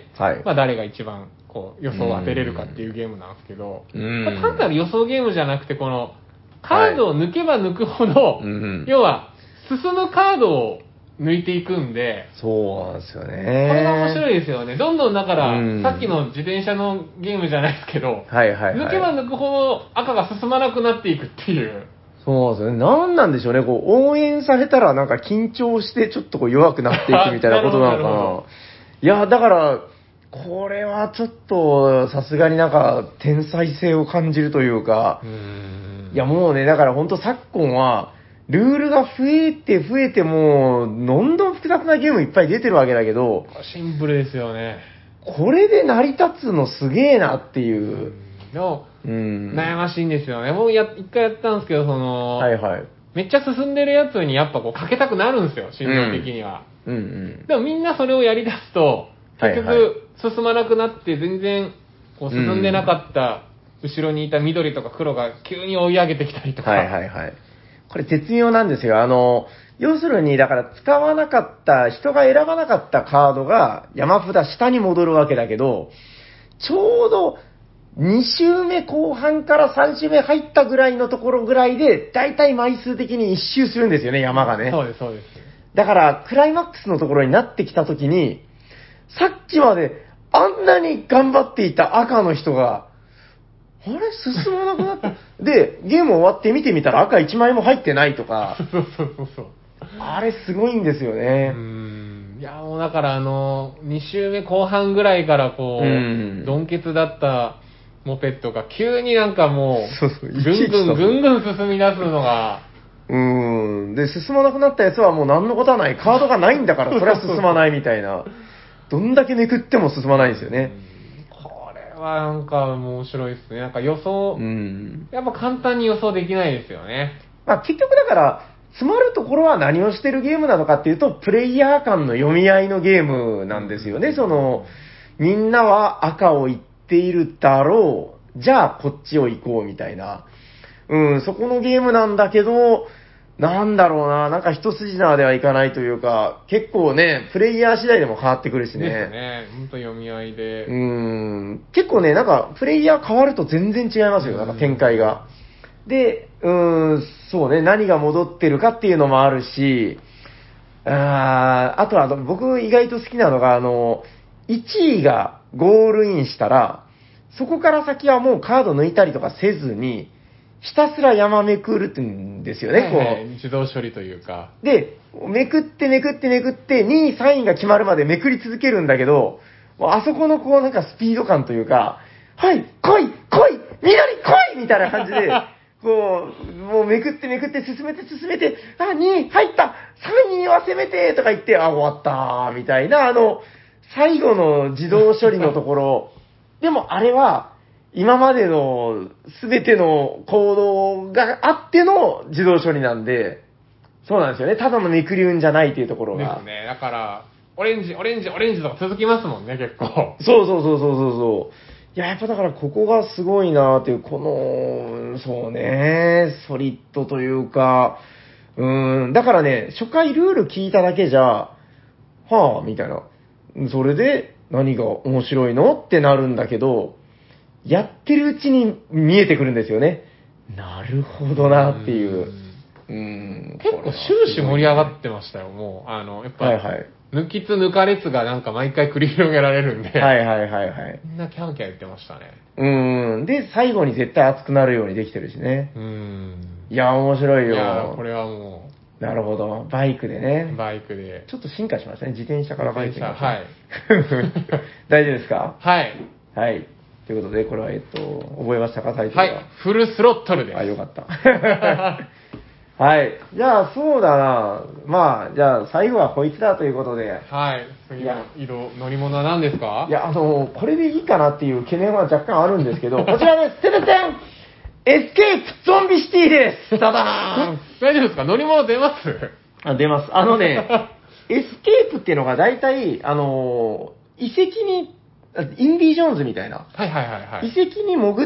はい、まあ誰が一番こう予想を当てれるかっていうゲームなんですけど、まあ、単なる予想ゲームじゃなくて、このカードを抜けば抜くほど、要は進むカードを抜いていくんで、 そうなんですよね。 これが面白いですよね。どんどんだから、さっきの自転車のゲームじゃないですけど、 はいはいはい、 抜けば抜くほど赤が進まなくなっていくっていう。 そうですよね。なんなんでしょうね。こう、応援されたらなんか緊張してちょっとこう弱くなっていくみたいなことなのかな。いや、だから、これはちょっと、さすがになんか、天才性を感じるというか、いやもうね、だから本当昨今は、ルールが増えてもう、どんどん複雑なゲームいっぱい出てるわけだけど、 シンプルですよね。 これで成り立つのすげえなっていう。 悩ましいんですよね。僕一回やったんですけど、 はいはい。 めっちゃ進んでるやつにやっぱこうかけたくなるんですよ、心理的には。でもみんなそれをやり出すと、結局進まなくなって全然こう進んでなかった後ろにいた緑とか黒が急に追い上げてきたりとか。 はいはいはい。これ絶妙なんですよ。要するに、だから使わなかった、人が選ばなかったカードが山札下に戻るわけだけど、ちょうど2周目後半から3周目入ったぐらいのところぐらいで、だいたい枚数的に1周するんですよね、山がね。 そうです、そうです。 だから、クライマックスのところになってきたときに、さっきまであんなに頑張っていた赤の人が、あれ進まなくなった。で、ゲーム終わって見てみたら赤1枚も入ってないとか。 そう。 あれすごいんですよね。 いや、もうだから2周目後半ぐらいからこう、ドンケツだったモペットが急になんかもう、ぐんぐん進み出すのが。 で、進まなくなったやつはもう何のことはない。カードがないんだからそれは進まないみたいな。どんだけめくっても進まないんですよね。 これはなんか面白いですね。なんか予想、やっぱ簡単に予想できないですよね。 まあ結局だから、詰まるところは何をしてるゲームなのかっていうと、プレイヤー間の読み合いのゲームなんですよね。みんなは赤を言っているだろう。じゃあこっちを行こうみたいな。そこのゲームなんだけど、なんだろうな、なんか一筋縄ではいかないというか、結構ね、プレイヤー次第でも変わってくるしね。 ですね。ほんと読み合いで。 結構ね、なんかプレイヤー変わると全然違いますよ、なんか展開が。で、そうね、何が戻ってるかっていうのもあるし、あとは僕意外と好きなのが、1位がゴールインしたら、そこから先はもうカード抜いたりとかせずに、ひたすら山めくるってんですよね、 自動処理というか。 で、めくって、2位、3位が決まるまでめくり続けるんだけど、あそこのなんかスピード感というか、はい、来い緑来いみたいな感じで、もうめくって進めて、2位入った !3 位は攻めてとか言って、終わったみたいな、最後の自動処理のところ、でもあれは、今までの全ての行動があっての自動処理なんで、そうなんですよね。ただのめくり運じゃないっていうところが。 ですね。だから、オレンジとか続きますもんね、結構。 そう。いや、やっぱだからここがすごいなっていう、そうね、ソリッドというか、だからね、初回ルール聞いただけじゃ、はぁ、みたいな。それで何が面白いのってなるんだけど、やってるうちに見えてくるんですよね。なるほどなっていう。 結構終始盛り上がってましたよ、もう。やっぱ、抜きつ抜かれつがなんか毎回繰り広げられるんで。みんなキャンキャン言ってましたね。 で、最後に絶対熱くなるようにできてるしね。いや、面白いよ。 いや、これはもなるほど。バイクでね。 バイクで。 ちょっと進化しましたね。自転車からバイクに。 はい。 大丈夫ですか？ はい。 はい。ということで、これは、覚えましたか、タイトルは。 はい。フルスロットルです。 あ、よかった。はい。じゃあ、そうだな。まあ、じゃあ、最後はこいつだということで。 はい。次の乗り物は何ですか？ いや、これでいいかなっていう懸念は若干あるんですけど、こちらです。てててんエスケープゾンビシティですただーん大丈夫ですか？乗り物出ます？ 出ます。エスケープっていうのが大体、遺跡に、インディ・ジョーンズみたいな。 はいはいはいはい。 遺跡に潜って、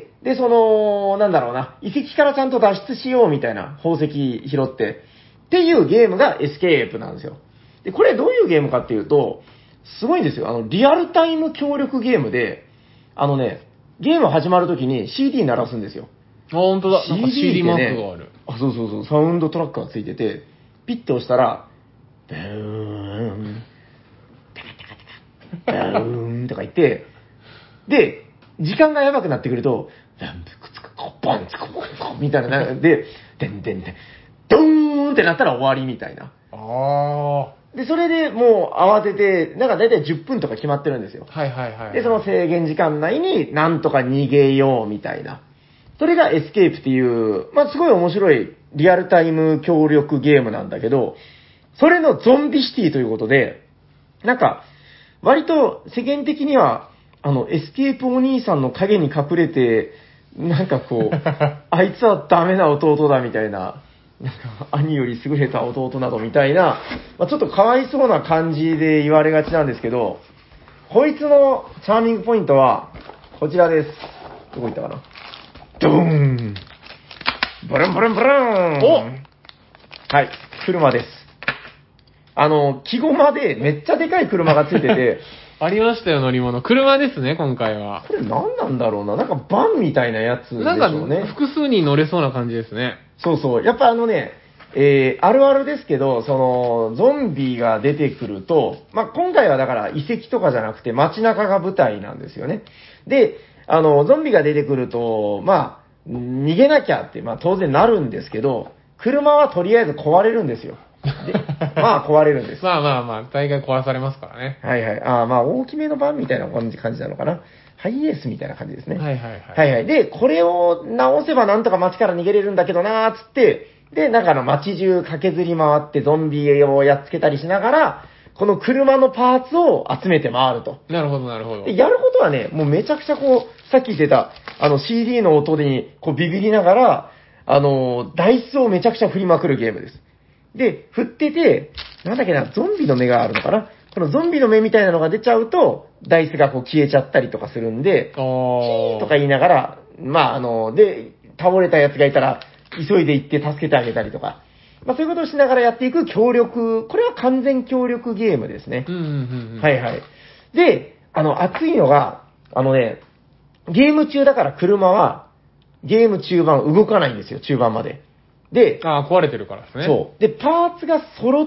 で、なんだろうな、遺跡からちゃんと脱出しようみたいな宝石拾って、っていうゲームがエスケープなんですよ。で、これどういうゲームかっていうと、すごいんですよ。リアルタイム協力ゲームで、ゲーム始まるときに CD 鳴らすんですよ。 あ、本当だ。 CD なんか CD マークね、 がある。 あ、そうそうそう、サウンドトラックがついてて、ピッと押したら、ブーン、タカタカタカ、ブーンとか言って、で、時間がやばくなってくると、ランプクツクコボンツコボンコみたいな、で、でんでんでん、ドーンってなったら終わりみたいな。 ああ。 で、それでもう慌てて、なんか大体10分とか決まってるんですよ。 はいはいはい。 で、その制限時間内になんとか逃げようみたいな。それがエスケープっていう、まあすごい面白いリアルタイム協力ゲームなんだけど、それのゾンビシティということで、なんか、割と世間的には、エスケープお兄さんの影に隠れて、なんかこう、あいつはダメな弟だみたいな、なんか兄より優れた弟などみたいな、まあ、ちょっとかわいそうな感じで言われがちなんですけど、こいつのチャーミングポイントは、こちらです。どこ行ったかな？ドーン！ブルンブルンブルン！ お！ はい、車です。木駒でめっちゃでかい車がついてて、 ありましたよ、乗り物。車ですね、今回は。 これ何なんだろうな。なんかバンみたいなやつでしょうね。 なんか、複数人乗れそうな感じですね。 そうそう。やっぱあるあるですけど、ゾンビが出てくると、まあ、今回はだから遺跡とかじゃなくて街中が舞台なんですよね。で、ゾンビが出てくると、まあ、逃げなきゃって、まあ当然なるんですけど、車はとりあえず壊れるんですよ。で、まあ壊れるんです。 まあまあまあ、大概壊されますからね。 はいはい。ああ、まあ大きめのバンみたいな感じなのかな。ハイエースみたいな感じですね。 はいはいはい。 はいはい。で、これを直せばなんとか街から逃げれるんだけどなーっつって、で、なんか街中駆けずり回ってゾンビをやっつけたりしながら、この車のパーツを集めて回ると。 なるほどなるほど。 で、やることはね、もうめちゃくちゃこう、さっき言ってた、CD の音にこうビビりながら、ダイスをめちゃくちゃ振りまくるゲームです。で、振ってて、なんだっけな、ゾンビの目があるのかな？このゾンビの目みたいなのが出ちゃうと、ダイスがこう消えちゃったりとかするんで、キーとか言いながら、まあ、で、倒れたやつがいたら、急いで行って助けてあげたりとか、まあそういうことをしながらやっていく協力、これは完全協力ゲームですね。はいはい。で、熱いのが、ゲーム中だから車は、ゲーム中盤動かないんですよ、中盤まで。で、 壊れてるからですね。 そう。で、パーツが揃って、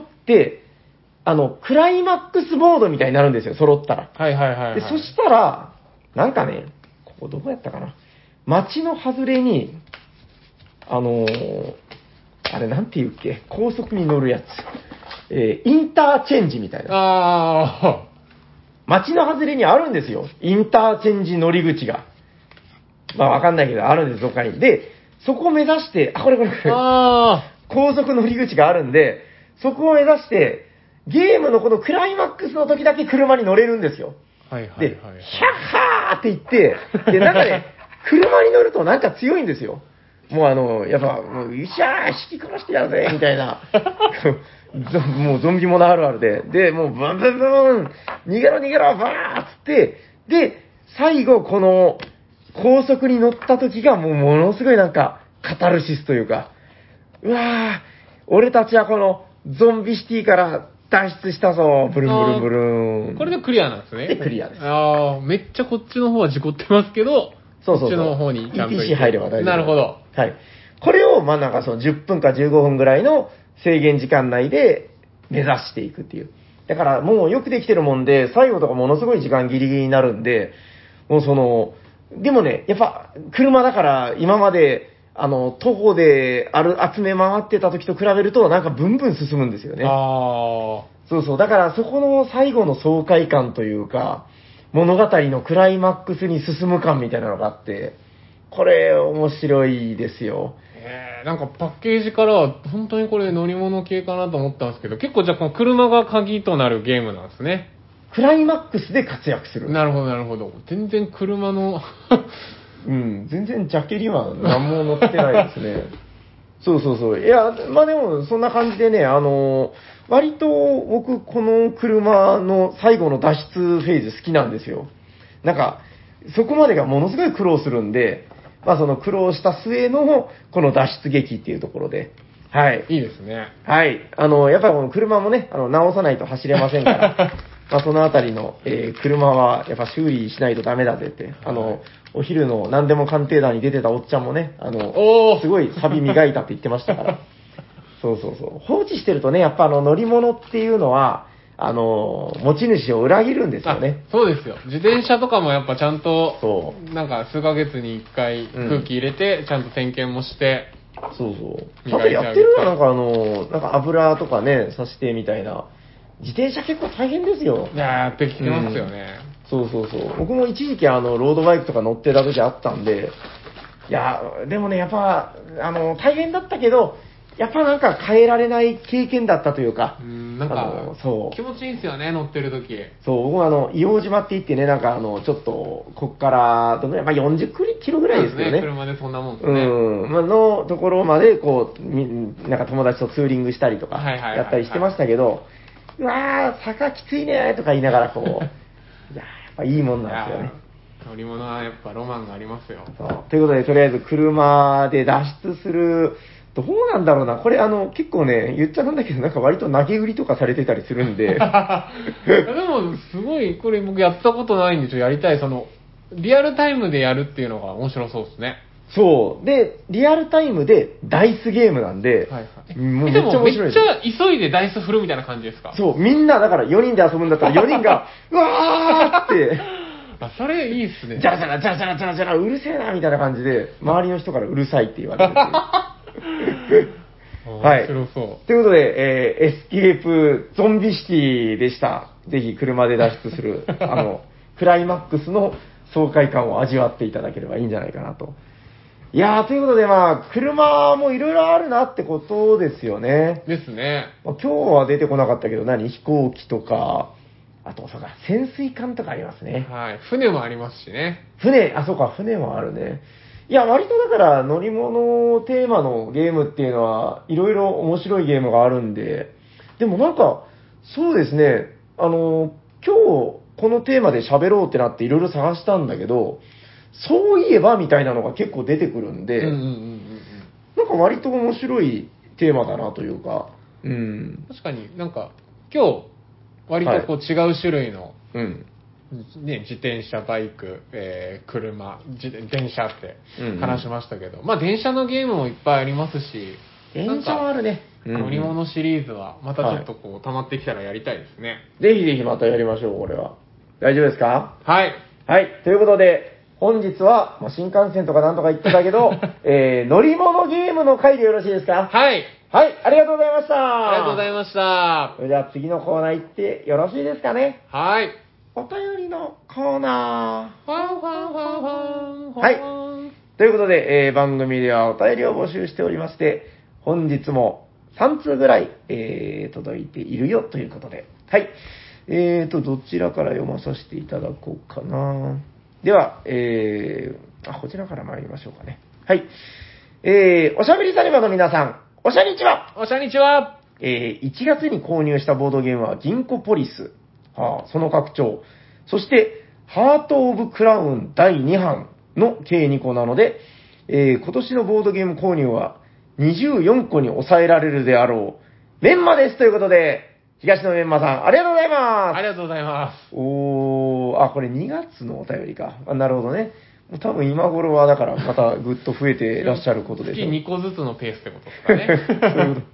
クライマックスボードみたいになるんですよ、揃ったら。 はいはいはい、はい。 で、そしたら、なんかね、ここどこやったかな。街の外れに、あれなんて言うっけ、高速に乗るやつ。インターチェンジみたいな。街の外れにあるんですよ。インターチェンジ乗り口が。まあわかんないけど、あるんです、どっかに。で、そこを目指して、これ。高速乗り口があるんで、そこを目指して、ゲームのこのクライマックスの時だけ車に乗れるんですよ。 はいはいはい、 で、ヒャッハーって言って、で、なんかね、車に乗るとなんか強いんですよ。もうやっぱ、もう、よっしゃー引き殺してやるぜみたいな。もうゾンビものあるあるで。で、もうブンブンブン逃げろバーっつって、で、最後この高速に乗った時がもうものすごいなんかカタルシスというか、うわー、俺たちはこのゾンビシティから脱出したぞ、ブルンブルンブルン。 これでクリアなんですね。 で、クリアです。 めっちゃこっちの方は事故ってますけど、 そう。 こっちの方にちゃんと EPC 入れば大丈夫。 なるほど。 はい。これを、まあなんか10分か15分ぐらいの制限時間内で目指していくっていう。だからもうよくできてるもんで、最後とかものすごい時間ギリギリになるんで、もうでもね、やっぱ車だから今まで徒歩で集め回ってた時と比べると、なんかブンブン進むんですよね。そうそう。だからそこの最後の爽快感というか、物語のクライマックスに進む感みたいなのがあって、これ面白いですよ。 なんかパッケージからは本当にこれ乗り物系かなと思ったんですけど、結構じゃあこの車が鍵となるゲームなんですね。 クライマックスで活躍する。 なるほどなるほど。全然車のうん、全然ジャケリは何も乗ってないですね。そうそうそう。いや、まあでもそんな感じでね、割と僕この車の最後の脱出フェーズ好きなんですよ。なんか、そこまでがものすごい苦労するんで、まあその苦労した末のこの脱出劇っていうところで、はい。 いいですね。 はい。やっぱりこの車もね、直さないと走れませんから、まあそのあたりの、車はやっぱ修理しないとダメだぜって、お昼の何でも鑑定団に出てたおっちゃんもね、すごいサビ磨いたって言ってましたから。そうそうそう。放置してるとね、やっぱ乗り物っていうのは、持ち主を裏切るんですよね。 そうですよ。自転車とかもやっぱちゃんと、なんか数ヶ月に1回空気入れて、ちゃんと点検もして、 そうそう。ちゃんとやってるのはなんか油とかね、さしてみたいな。自転車結構大変ですよ。 いやーって聞きますよね、 そうそうそう。僕も一時期ロードバイクとか乗ってた時あったんで、いや、でもね、やっぱ、大変だったけど、やっぱなんか変えられない経験だったというか。 なんか、気持ちいいんですよね、乗ってる時。 そう、僕も硫黄島って言ってね、なんかちょっと、こっから、どのぐらい、まあ、40キロぐらいですけどね。 車でそんなもんですね。 のところまで、こう、なんか友達とツーリングしたりとか、やったりしてましたけど、うわー、坂きついねとか言いながら、こう、いや、やっぱいいもんなんですよね。 乗り物はやっぱロマンがありますよ。 そうということで、とりあえず車で脱出する、どうなんだろうな。これ結構ね、言っちゃなんだけど、なんか割と投げ売りとかされてたりするんで。でも、すごい、これ僕やったことないんで、やりたい。リアルタイムでやるっていうのが面白そうですね。 そう。で、リアルタイムでダイスゲームなんで、 はいはい、 もうめっちゃ面白いです。 めっちゃ急いでダイス振るみたいな感じですか？ そう、みんな、だから4人で遊ぶんだったら4人が、うわーって、 それいいっすね。 じゃらじゃらじゃらじゃらじゃらじゃら、うるせえな、みたいな感じで、周りの人からうるさいって言われるはい。 面白そう。 ということで、エスケープゾンビシティでした。ぜひ車で脱出する、クライマックスの爽快感を味わっていただければいいんじゃないかなと。いやー、ということで、まあ、車もいろいろあるなってことですよね。 ですね。 まあ、今日は出てこなかったけど、飛行機とか、あと、そうか、潜水艦とかありますね。 はい。船もありますしね。 そうか、船もあるね。いや、割とだから乗り物テーマのゲームっていうのはいろいろ面白いゲームがあるんで、でもなんか、そうですね、今日このテーマで喋ろうってなっていろいろ探したんだけど、そういえばみたいなのが結構出てくるんで、なんか割と面白いテーマだなというか、 確かになんか今日割とこう違う種類の、自転車、バイク、車、電車って話しましたけど、まあ電車のゲームもいっぱいありますし、 電車もあるね。 乗り物シリーズはまたちょっとこう溜まってきたらやりたいですね。 ぜひぜひまたやりましょう、これは。大丈夫ですか？ はい。 はい。ということで、本日は、新幹線とかなんとか言ってたけど、乗り物ゲームの回でよろしいですか？ はい。 はい、ありがとうございました。 ありがとうございました。 それでは次のコーナー行ってよろしいですかね？ はい。 お便りのコーナー。 ファンファンファンファン。 はい。ということで、番組ではお便りを募集しておりまして、本日も3通ぐらい、届いているよということで。はい。どちらから読まさせていただこうかな。では、こちらから参りましょうかね。はい。おしゃべりサニバの皆さん、おしゃにちは。 おしゃにちは。 1月に購入したボードゲームは銀行ポリス。その拡張。そして、ハート・オブ・クラウン第2版の計2個なので、今年のボードゲーム購入は24個に抑えられるであろう、メンマですということで、東野メンマさん、ありがとうございます。 ありがとうございます。 これ2月のお便りか。なるほどね。多分今頃はだからまたぐっと増えていらっしゃることでしょう。 月2個ずつのペースってことですかね。 そういうこと。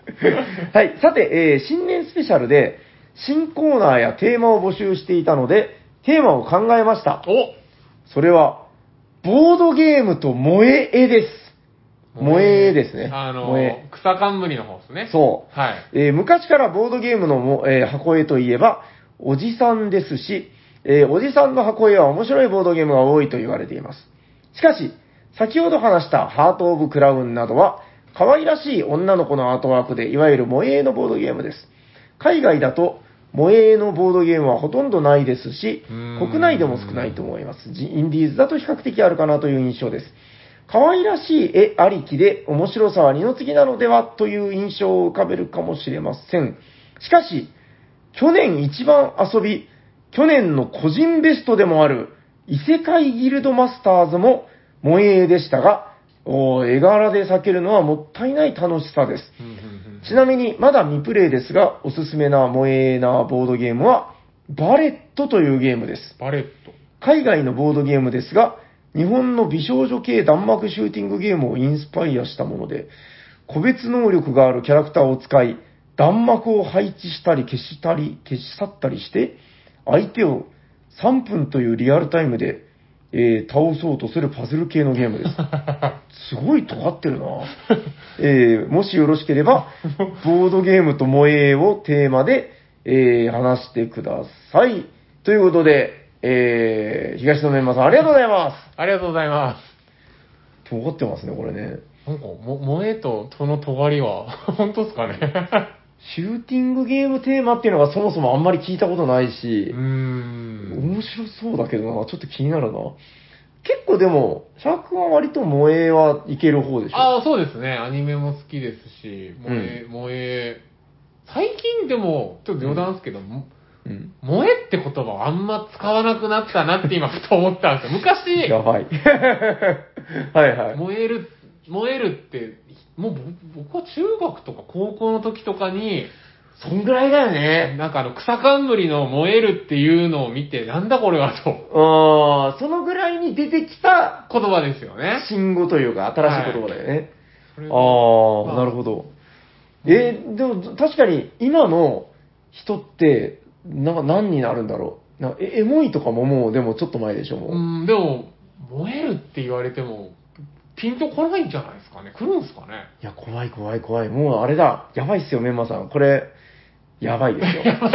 はい。さて、新年スペシャルで新コーナーやテーマを募集していたので、テーマを考えました。それは、ボードゲームと萌え絵です。 萌えですね。萌え。 草冠の方ですね。 そう。 はい。 昔からボードゲームのも、箱絵といえば、おじさんですし、おじさんの箱絵は面白いボードゲームが多いと言われています。しかし、先ほど話したハート・オブ・クラウンなどは、可愛らしい女の子のアートワークで、いわゆる萌えのボードゲームです。海外だと、萌えのボードゲームはほとんどないですし、国内でも少ないと思います。インディーズだと比較的あるかなという印象です。可愛らしい絵ありきで面白さは二の次なのではという印象を浮かべるかもしれません。しかし、去年一番遊び、去年の個人ベストでもある異世界ギルドマスターズも萌えでしたが、絵柄で避けるのはもったいない楽しさです。ちなみに、まだ未プレイですが、おすすめな萌えなボードゲームは、バレットというゲームです。 バレット。 海外のボードゲームですが、日本の美少女系弾幕シューティングゲームをインスパイアしたもので、個別能力があるキャラクターを使い、弾幕を配置したり消し去ったりして、相手を3分というリアルタイムで、倒そうとするパズル系のゲームです。すごい尖ってるなもしよろしければ、ボードゲームと萌えをテーマで、話してください。ということで、東野メンマさんありがとうございます。 ありがとうございます。 尖ってますね、これね。 なんか、萌えとその尖りは、本当ですかね。 シューティングゲームテーマっていうのがそもそもあんまり聞いたことないし、面白そうだけどな、ちょっと気になるな。結構でも、シャークは割と萌えはいける方でしょ。 ああ、そうですね。アニメも好きですし、萌え、最近でも、ちょっと余談ですけど、萌えって言葉をあんま使わなくなったなって今ふと思ったんですよ。昔、 やばい。はいはい。 燃えるって、もう僕は中学とか高校の時とかに、 そんぐらいだよね。 なんか草冠の燃えるっていうのを見て、なんだこれはと。そのぐらいに出てきた言葉ですよね。 新語というか、新しい言葉だよね。 はい、 なるほど。でも確かに今の人って、何になるんだろう。エモいとかももう、でもちょっと前でしょ、もう。 でも、燃えるって言われても、ピンとこないんじゃないですかね。来るんですかね。 いや、怖い。もうあれだ。やばいっすよ、メンマさん。これ、やばいですよ。 やばい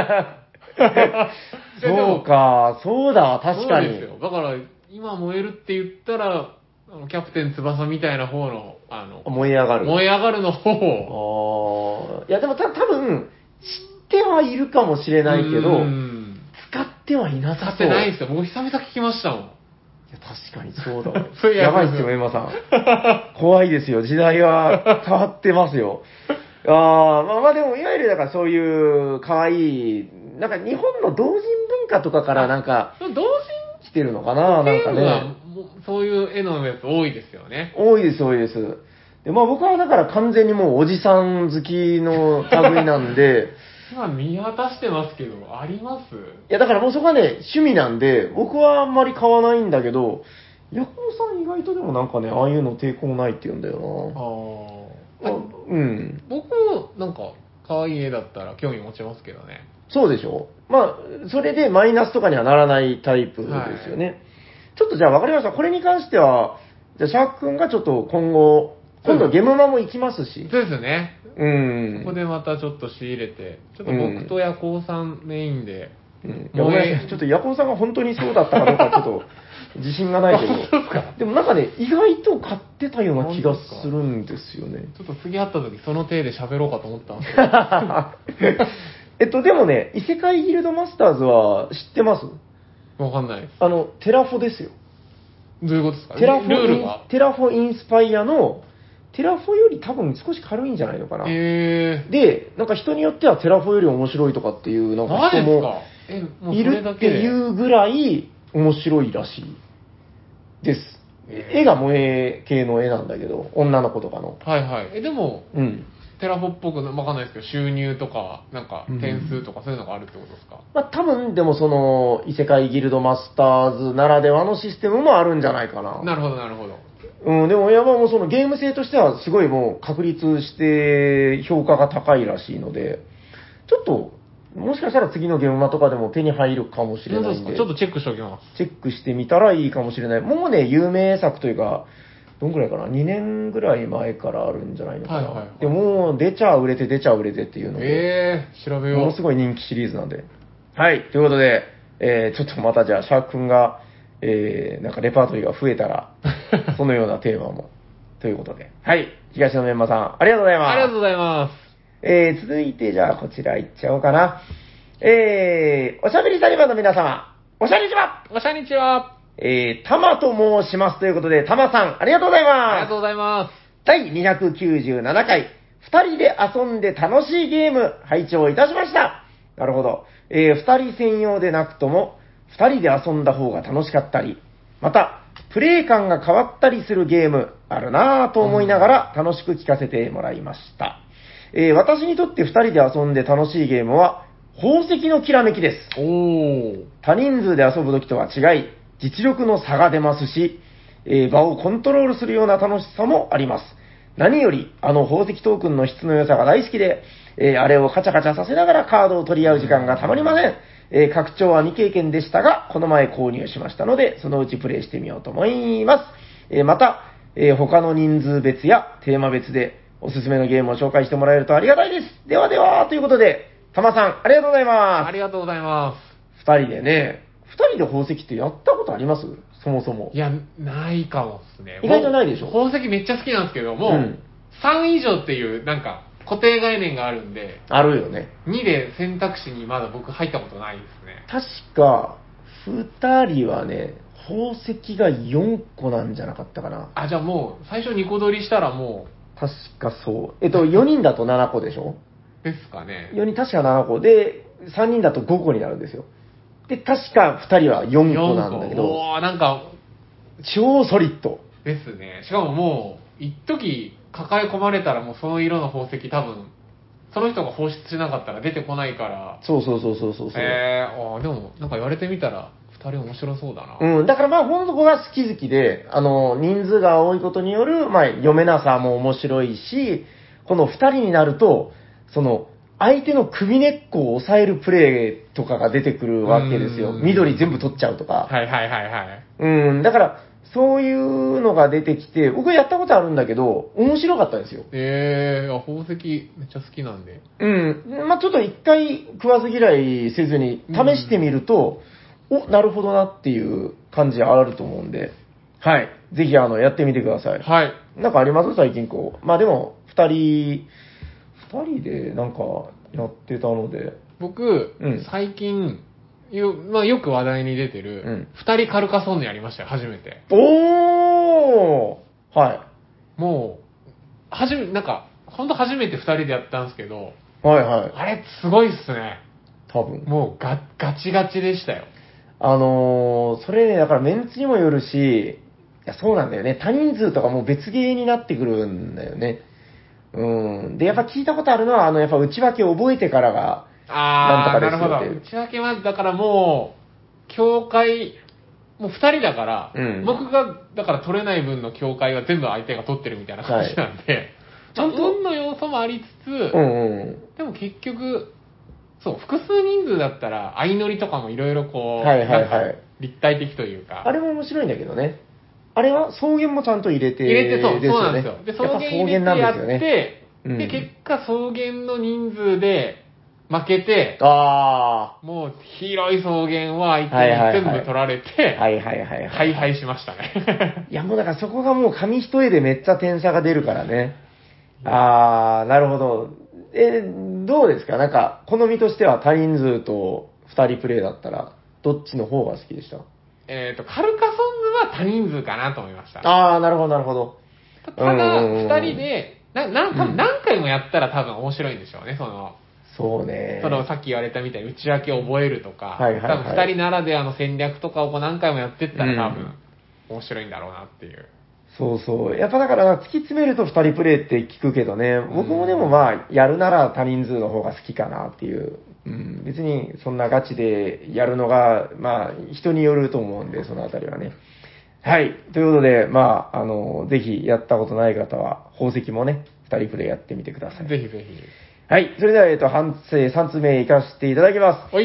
っすよ。 そうか、そうだ、確かに。 そうですよ。だから、今燃えるって言ったら、キャプテン翼みたいな方の、 燃え上がる。 燃え上がるの方を。 いや、でも多分、知ってはいるかもしれないけど、使ってはいなさそう。 使ってないんですよ。僕久々聞きましたもん。いや、確かにそうだわ。やばいっすよ、エマさん。怖いですよ。時代は変わってますよ。まあでも、いわゆるだからそういう可愛い、なんか日本の同人文化とかからなんか、 同人来てるのかな、なんかね。 そういう絵のやつ多いですよね。 多いです。で、僕はだから完全にもうおじさん好きの類なんで、 今見渡してますけど、あります？いや、だからもうそこはね、趣味なんで、僕はあんまり買わないんだけど、ヤコウさん意外とでもなんかね、ああいうの抵抗ないって言うんだよな。 僕、なんか、可愛い絵だったら興味持ちますけどね。 そうでしょ？それでマイナスとかにはならないタイプですよね。はい、ちょっとじゃあ分かりました。これに関しては、じゃあシャーク君がちょっと今度ゲームマも行きますし。 そうですね。ここでまたちょっと仕入れて、ちょっと僕とヤコウさんメインで。 ごめんなさい。ちょっとヤコウさんが本当にそうだったかどうかちょっと自信がないけど。でもなんかね、意外と買ってたような気がするんですよね。 ちょっと次会った時その体で喋ろうかと思ったんですけど。 でもね、異世界ギルドマスターズは知ってます？ わかんないです。 テラフォですよ。 どういうことですか？ テラフォインスパイアの、テラフォより多分少し軽いんじゃないのかな。で、なんか人によってはテラフォより面白いとかっていう、なんか人もいるっていうぐらい面白いらしいです。絵が萌え系の絵なんだけど、女の子とかの。 はいはい。でも、テラフォっぽくわかんないですけど、収入とか、なんか点数とかそういうのがあるってことですか？ 多分でもその異世界ギルドマスターズならではのシステムもあるんじゃないかな。 なるほどなるほど。 でも山もそのゲーム性としてはすごいもう確立して評価が高いらしいので、ちょっともしかしたら次のゲームマとかでも手に入るかもしれないんで、 ちょっとチェックしておきます。 チェックしてみたらいいかもしれない。もうね、有名作というか、 どんぐらいかな ?2 年ぐらい前からあるんじゃないのかな。 はいはいはいでもう出ちゃ売れてっていうので、 調べよう。 ものすごい人気シリーズなんで。はい、ということで、ちょっとまたじゃあ、シャーク君が、なんかレパートリーが増えたら、そのようなテーマも。ということで。はい、東野メンマさん、ありがとうございます。 ありがとうございます。 続いて、じゃあ、こちら行っちゃおうかな。おしゃべりサニバーの皆様、おしゃにちは。 おしゃにちは。 たまと申しますということで、たまさん、ありがとうございます。 ありがとうございます。 第297回、二人で遊んで楽しいゲーム、拝聴いたしました。なるほど。二人専用でなくとも、二人で遊んだ方が楽しかったり、また、プレイ感が変わったりするゲーム、あるなぁと思いながら楽しく聞かせてもらいました。私にとって二人で遊んで楽しいゲームは、宝石のきらめきです。多人数で遊ぶ時とは違い、実力の差が出ますし、場をコントロールするような楽しさもあります。何より、宝石トークンの質の良さが大好きで、あれをカチャカチャさせながらカードを取り合う時間がたまりません。拡張は未経験でしたが、この前購入しましたので、そのうちプレイしてみようと思います。また、他の人数別やテーマ別でおすすめのゲームを紹介してもらえるとありがたいです。ではでは、ということで、たまさん、ありがとうございます。 ありがとうございます。 二人でね、二人で宝石ってやったことあります？そもそも。 いや、ないかもですね。 意外とないでしょ？ 宝石めっちゃ好きなんですけども、3以上っていう、なんか、固定概念があるんで。 あるよね。 2で選択肢にまだ僕入ったことないですね。 確か、2人はね、宝石が4個なんじゃなかったかな。 あ、じゃあもう、最初2個取りしたらもう。確かそう。4人だと7個でしょ？ ですかね。 4人確か7個で、3人だと5個になるんですよ。で、確か2人は4個なんだけど。 おー、なんか、 超ソリッド。 ですね。しかももう、一時抱え込まれたらもうその色の宝石多分、その人が放出しなかったら出てこないから。 そう。 でも、なんか言われてみたら、2人面白そうだな。 うん、だからまあ、ほんと僕は好き好きで、人数が多いことによる、まあ、読めなさも面白いし、この2人になると、相手の首根っこを押さえるプレイとかが出てくるわけですよ。緑全部取っちゃうとか。 はい。 だから、そういうのが出てきて、僕やったことあるんだけど、面白かったんですよ。 宝石めっちゃ好きなんで。 まあちょっと一回食わず嫌いせずに試してみると、なるほどなっていう感じあると思うんで、はい。ぜひやってみてください。 はい。 なんかあります最近こう。まあでも、二人でなんかやってたので。 僕、最近、よく話題に出てる、二人カルカソンヌやりましたよ、初めて。 おーはい。 もう、なんか、ほんと初めて二人でやったんですけど、 はい。 あれ、すごいっすね。 多分。 もうガチガチでしたよ。 それね、だからメンツにもよるし、いや、そうなんだよね。多人数とかもう別ゲーになってくるんだよね。で、やっぱ聞いたことあるのは、やっぱ内訳を覚えてからが、なんとかですよって。 なるほど。内訳は、だからもう、境界、もう二人だから、僕が、だから取れない分の境界は全部相手が取ってるみたいな感じなんで、ちゃんと運の要素もありつつ、でも結局、そう、複数人数だったら、相乗りとかもいろいろこう、立体的というか。 あれも面白いんだけどね。あれは草原もちゃんと入れて、 そうなんですよ。で、草原入れてやって、で、結果草原の人数で負けて、もう広い草原は相手に全部取られて、大敗しましたね。 いや、もうだからそこがもう紙一重でめっちゃ点差が出るからね。なるほど。どうですかなんか、好みとしては多人数と二人プレイだったら、どっちの方が好きでした？ カルカソンヌは多人数かなと思いました。 なるほど。 ただ、二人で、何回もやったら多分面白いんでしょうね、 そうね。 さっき言われたみたいに内訳を覚えるとか、多分二人ならではの戦略とかを何回もやってったら多分面白いんだろうなっていう。 そう。やっぱだから突き詰めると二人プレイって聞くけどね、僕もでもまあ、やるなら多人数の方が好きかなっていう。別にそんなガチでやるのが、まあ、人によると思うんで、そのあたりはね。はい。ということで、まあ、ぜひやったことない方は、宝石もね、二人プレイやってみてください。 ぜひ。 はい。それでは、3通目行かせていただきます。 はい。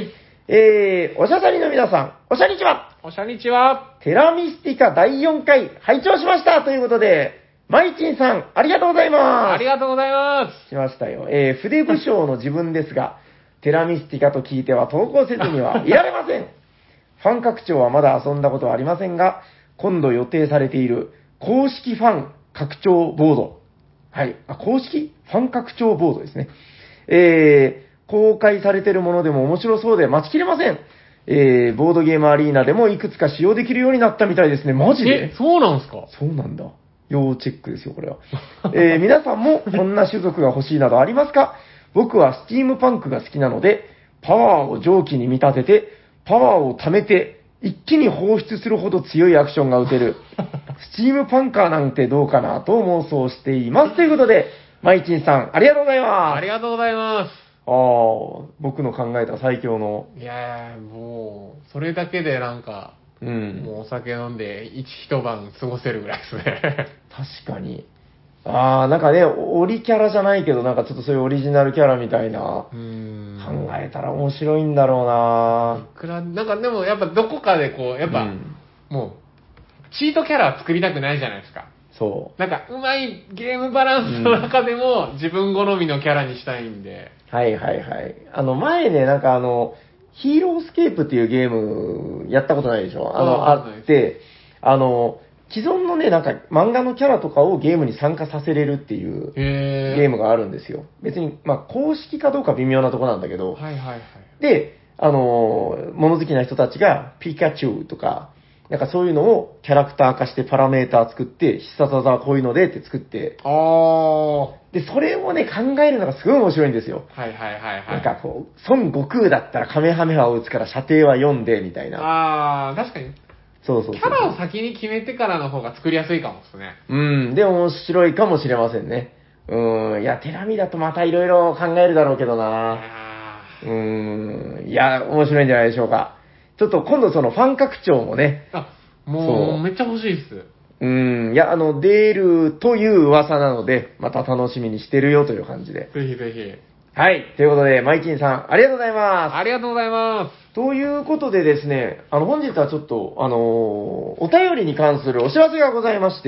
おしゃさりの皆さん、おしゃにちは。 おしゃにちは。 テラミスティカ第4回、拝聴しましたということで、マイチンさん、ありがとうございます。 ありがとうございます。 しましたよ。筆武将の自分ですが、テラミスティカと聞いては投稿せずにはいられません。ファン拡張はまだ遊んだことはありませんが、今度予定されている公式ファン拡張ボード。はい。公式ファン拡張ボードですね。公開されているものでも面白そうで待ちきれません。ボードゲームアリーナでもいくつか使用できるようになったみたいですね。マジで？ そうなんすか？ そうなんだ。要チェックですよ、これは。皆さんもこんな種族が欲しいなどありますか？僕はスティームパンクが好きなので、パワーを蒸気に見立てて、パワーを貯めて、一気に放出するほど強いアクションが打てる、スチームパンカーなんてどうかなと妄想しています。ということで、マイチンさん、ありがとうございます。 ありがとうございます。 僕の考えた最強の。 いやー、もう、それだけでなんか、もうお酒飲んで一晩過ごせるぐらいですね。 確かに。なんかね、オリキャラじゃないけど、なんかちょっとそういうオリジナルキャラみたいな、考えたら面白いんだろうなんかでもやっぱどこかでこう、やっぱ、もう、チートキャラは作りたくないじゃないですか。 そう。 なんか、うまいゲームバランスの中でも、自分好みのキャラにしたいんで。 はいはいはい。前ね、なんかヒーロースケープっていうゲーム、やったことないでしょ？あって、既存のね、なんか漫画のキャラとかをゲームに参加させれるっていうゲームがあるんですよ。別に、まあ、公式かどうか微妙なとこなんだけど。 はいはいはい。 で、物好きな人たちがピカチュウとか、なんかそういうのをキャラクター化してパラメーター作って、必殺技はこういうのでって作って、で、それをね、考えるのがすごい面白いんですよ。 はいはいはいはい。 なんかこう、孫悟空だったらカメハメハを打つから射程は読んで、みたいな。 確かに。 そうそうそう。 キャラを先に決めてからの方が作りやすいかもですね。 で、面白いかもしれませんね。いや、テラミだとまたいろいろ考えるだろうけどな。いや、面白いんじゃないでしょうか。ちょっと今度そのファン拡張もね。 もうめっちゃ欲しいっす。 いや、出るという噂なので、また楽しみにしてるよという感じで。 ぜひぜひ。 はい。ということで、マイキンさん、ありがとうございます。 ありがとうございます。 ということでですね、本日はちょっと、お便りに関するお知らせがございまして、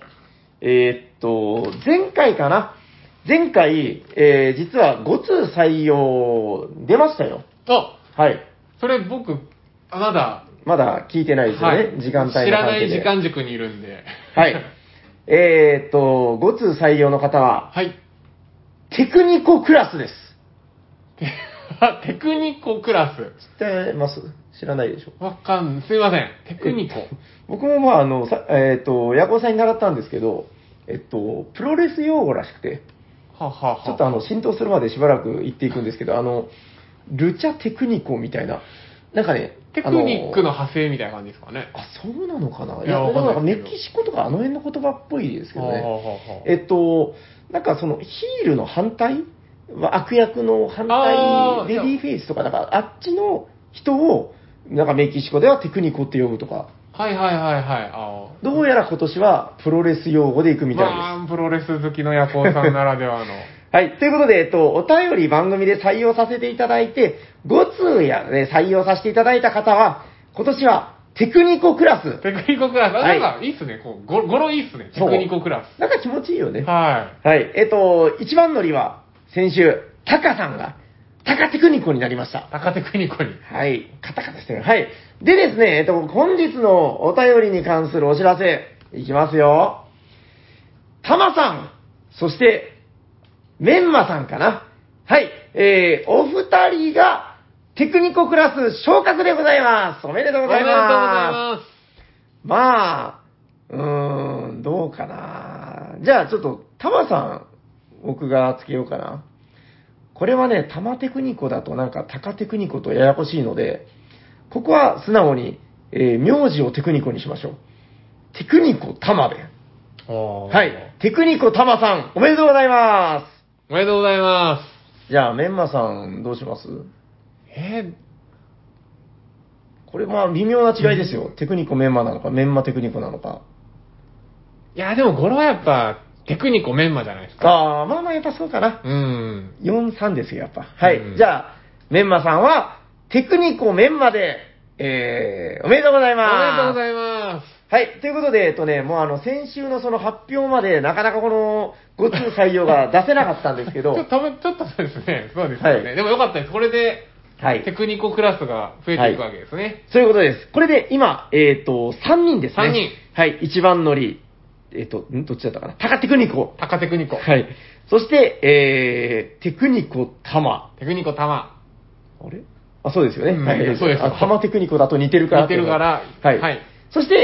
前回かな前回、実は5通採用出ましたよ。はい。 それ僕、まだ聞いてないですよね、時間帯の関係で。 知らない時間軸にいるんで。 はい。5通採用の方は、 はい。 テクニコクラスです。 テクニコクラス。 知ってます？知らないでしょ？ すいません。テクニコ。 僕もヤコウさんに習ったんですけど、プロレス用語らしくて、ちょっと浸透するまでしばらく言っていくんですけど、ルチャテクニコみたいな、なんかね、 テクニックの派生みたいな感じですかね。 そうなのかな。いや、なんかメキシコとかあの辺の言葉っぽいですけどね。なんかそのヒールの反対、悪役の反対、レディーフェイスとか、なんかあっちの人を、なんかメキシコではテクニコって呼ぶとか。 はいはいはいはい。 どうやら今年はプロレス用語で行くみたいです。 プロレス好きのヤコウさんならではの。 はい。ということで、お便り番組で採用させていただいて、5通採用させていただいた方は、今年はテクニコクラス。 テクニコクラス。なんかいいっすね。語呂いいっすね。テクニコクラス。 なんか気持ちいいよね。 はい。 はい。一番乗りは、先週、タカさんが、タカテクニコになりました。 タカテクニコに。 はい。カタカタしてる。はい。でですね、本日のお便りに関するお知らせ、いきますよ。タマさん、そして、メンマさんかな。はい。お二人が、テクニコクラス昇格でございます。おめでとうございます。 おめでとうございます。 まあ、どうかな。じゃあちょっと、タマさん、僕がつけようかな。これはね、タマテクニコだとなんかタカテクニコとややこしいので、ここは素直に、名字をテクニコにしましょう。テクニコタマで。はい。テクニコタマさん、おめでとうございます。 おめでとうございます。 じゃあ、メンマさん、どうします？これまあ微妙な違いですよ。テクニコメンマなのか、メンマテクニコなのか。 いや、でも語呂はやっぱ、テクニコメンマじゃないですか。 まあやっぱそうかな。 4、 3ですよ、やっぱ。はい。じゃあ、メンマさんは、 テクニコメンマで、おめでとうございます。 おめでとうございます。 はい。ということで、もう先週のその発表まで、なかなかこの、ごつ採用が出せなかったんですけど。 ちょっとそうですね。そうですよね。はい、でもよかったです。これで、はい、テクニコクラスが増えていくわけですね。はい、 そういうことです。これで今、3人ですね。 3人。 はい。一番乗り。どっちだったかな。タカテクニコ。 タカテクニコ。 はい。そして、テクニコタマ。 テクニコタマ。 あれあ、そうですよね。 はい。そうです。 タマテクニコだと似てるから。 似てるから。 はい。はい。そして、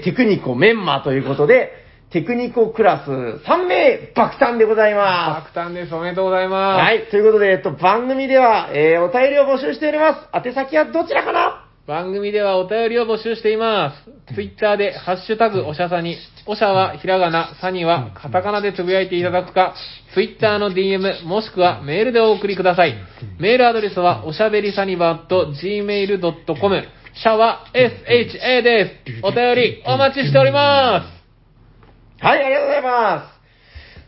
テクニコメンマということで、テクニコクラス3名爆誕でございます。爆誕です。おめでとうございます。 はい。ということで、番組では、お便りを募集しております。宛先はどちらかな？ 番組ではお便りを募集しています。ツイッターで、ハッシュタグおしゃさに、おしゃはひらがな、さにはカタカナでつぶやいていただくか、ツイッターの DM、もしくはメールでお送りください。メールアドレスは、おしゃべりさにば@gmail.com、シャは SHA です。お便りお待ちしております。 はい、ありがとうございます。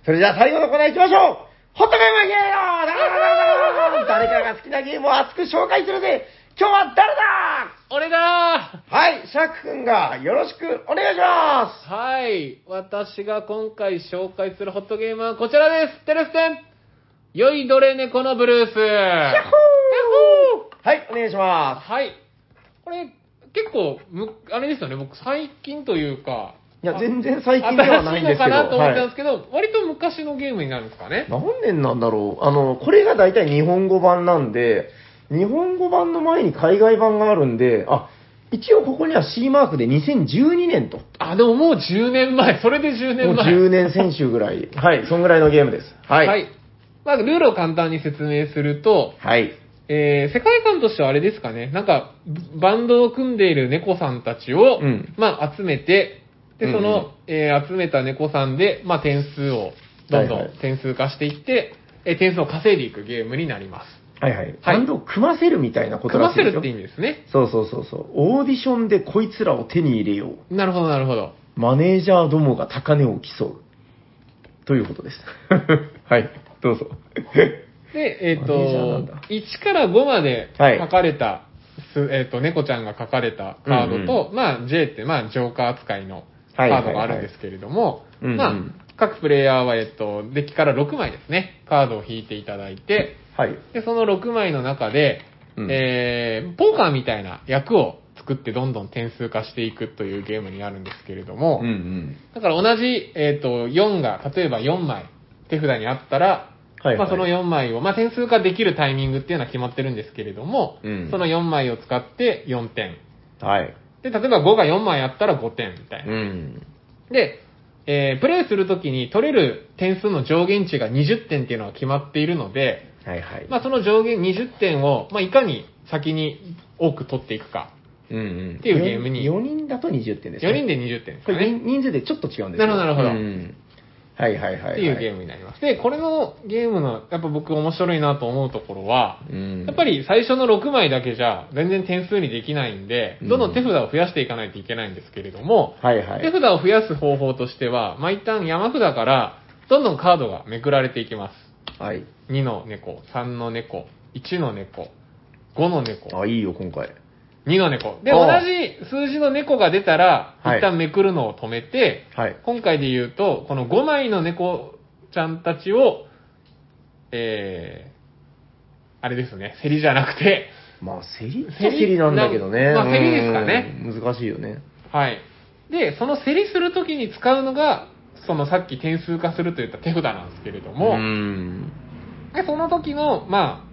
それじゃあ最後のコーナー行きましょう。ホットゲームゲーム誰かが好きなゲームを熱く紹介するぜ。今日は誰だ？ 俺だー。はい、シャーク君がよろしくお願いします。 はい、私が今回紹介するホットゲームはこちらです。テレステン良いどれ猫のブルース。ヤッホー。はい、お願いします。 はい。これ、結構、あれですよね、僕最近というか、 いや、全然最近ではないんですけど。 新しいのかなと思ったんですけど、はい、割と昔のゲームになるんですかね。 何年なんだろう。これが大体日本語版なんで、日本語版の前に海外版があるんで、一応ここには C マークで2012年と。 でももう10年前。それで10年前。 もう10年選手ぐらい。はい、そんぐらいのゲームです。はい。はい。 まずルールを簡単に説明すると、 はい。 世界観としてはあれですかね、なんか、バンドを組んでいる猫さんたちを、集めて、で、その、集めた猫さんで、点数を、どんどん点数化していって、点数を稼いでいくゲームになります。 はいはい。バンドを組ませるみたいなことらしいですよ。 組ませるって意味ですね。 そう。オーディションでこいつらを手に入れよう。 なるほど。 マネージャーどもが高値を競う。ということです。はい、どうぞ。 で、1から5まで書かれた、猫ちゃんが書かれたカードと、J って、ジョーカー扱いのカードがあるんですけれども、各プレイヤーは、デッキから6枚ですね、カードを引いていただいて、で、その6枚の中で、ポーカーみたいな役を作ってどんどん点数化していくというゲームになるんですけれども、だから同じ、4が、例えば4枚手札にあったら、その4枚を、点数化できるタイミングっていうのは決まってるんですけれども、その4枚を使って4点。で、例えば5が4枚あったら5点みたいな。で、プレイするときに取れる点数の上限値が20点っていうのが決まっているので、その上限20点を、いかに先に多く取っていくかっていうゲームに。 4人だと20点ですね。 4人で20点ですね。 これ人数でちょっと違うんですよ。 なるほど。 っていうゲームになります。で、これのゲームの、やっぱ僕面白いなと思うところは、やっぱり最初の6枚だけじゃ全然点数にできないんで、どんどん手札を増やしていかないといけないんですけれども、手札を増やす方法としては、一旦山札からどんどんカードがめくられていきます。2の猫、3の猫、1の猫、5の猫。 いいよ、今回。 2の猫。で、同じ数字の猫が出たら、一旦めくるのを止めて、今回で言うと、この5枚の猫ちゃんたちを、あれですね、競りじゃなくて、 競りっちゃ競りなんだけどね。 競りですかね。 難しいよね。 で、その競りするときに使うのが、そのさっき点数化するといった手札なんですけれども、で、その時の、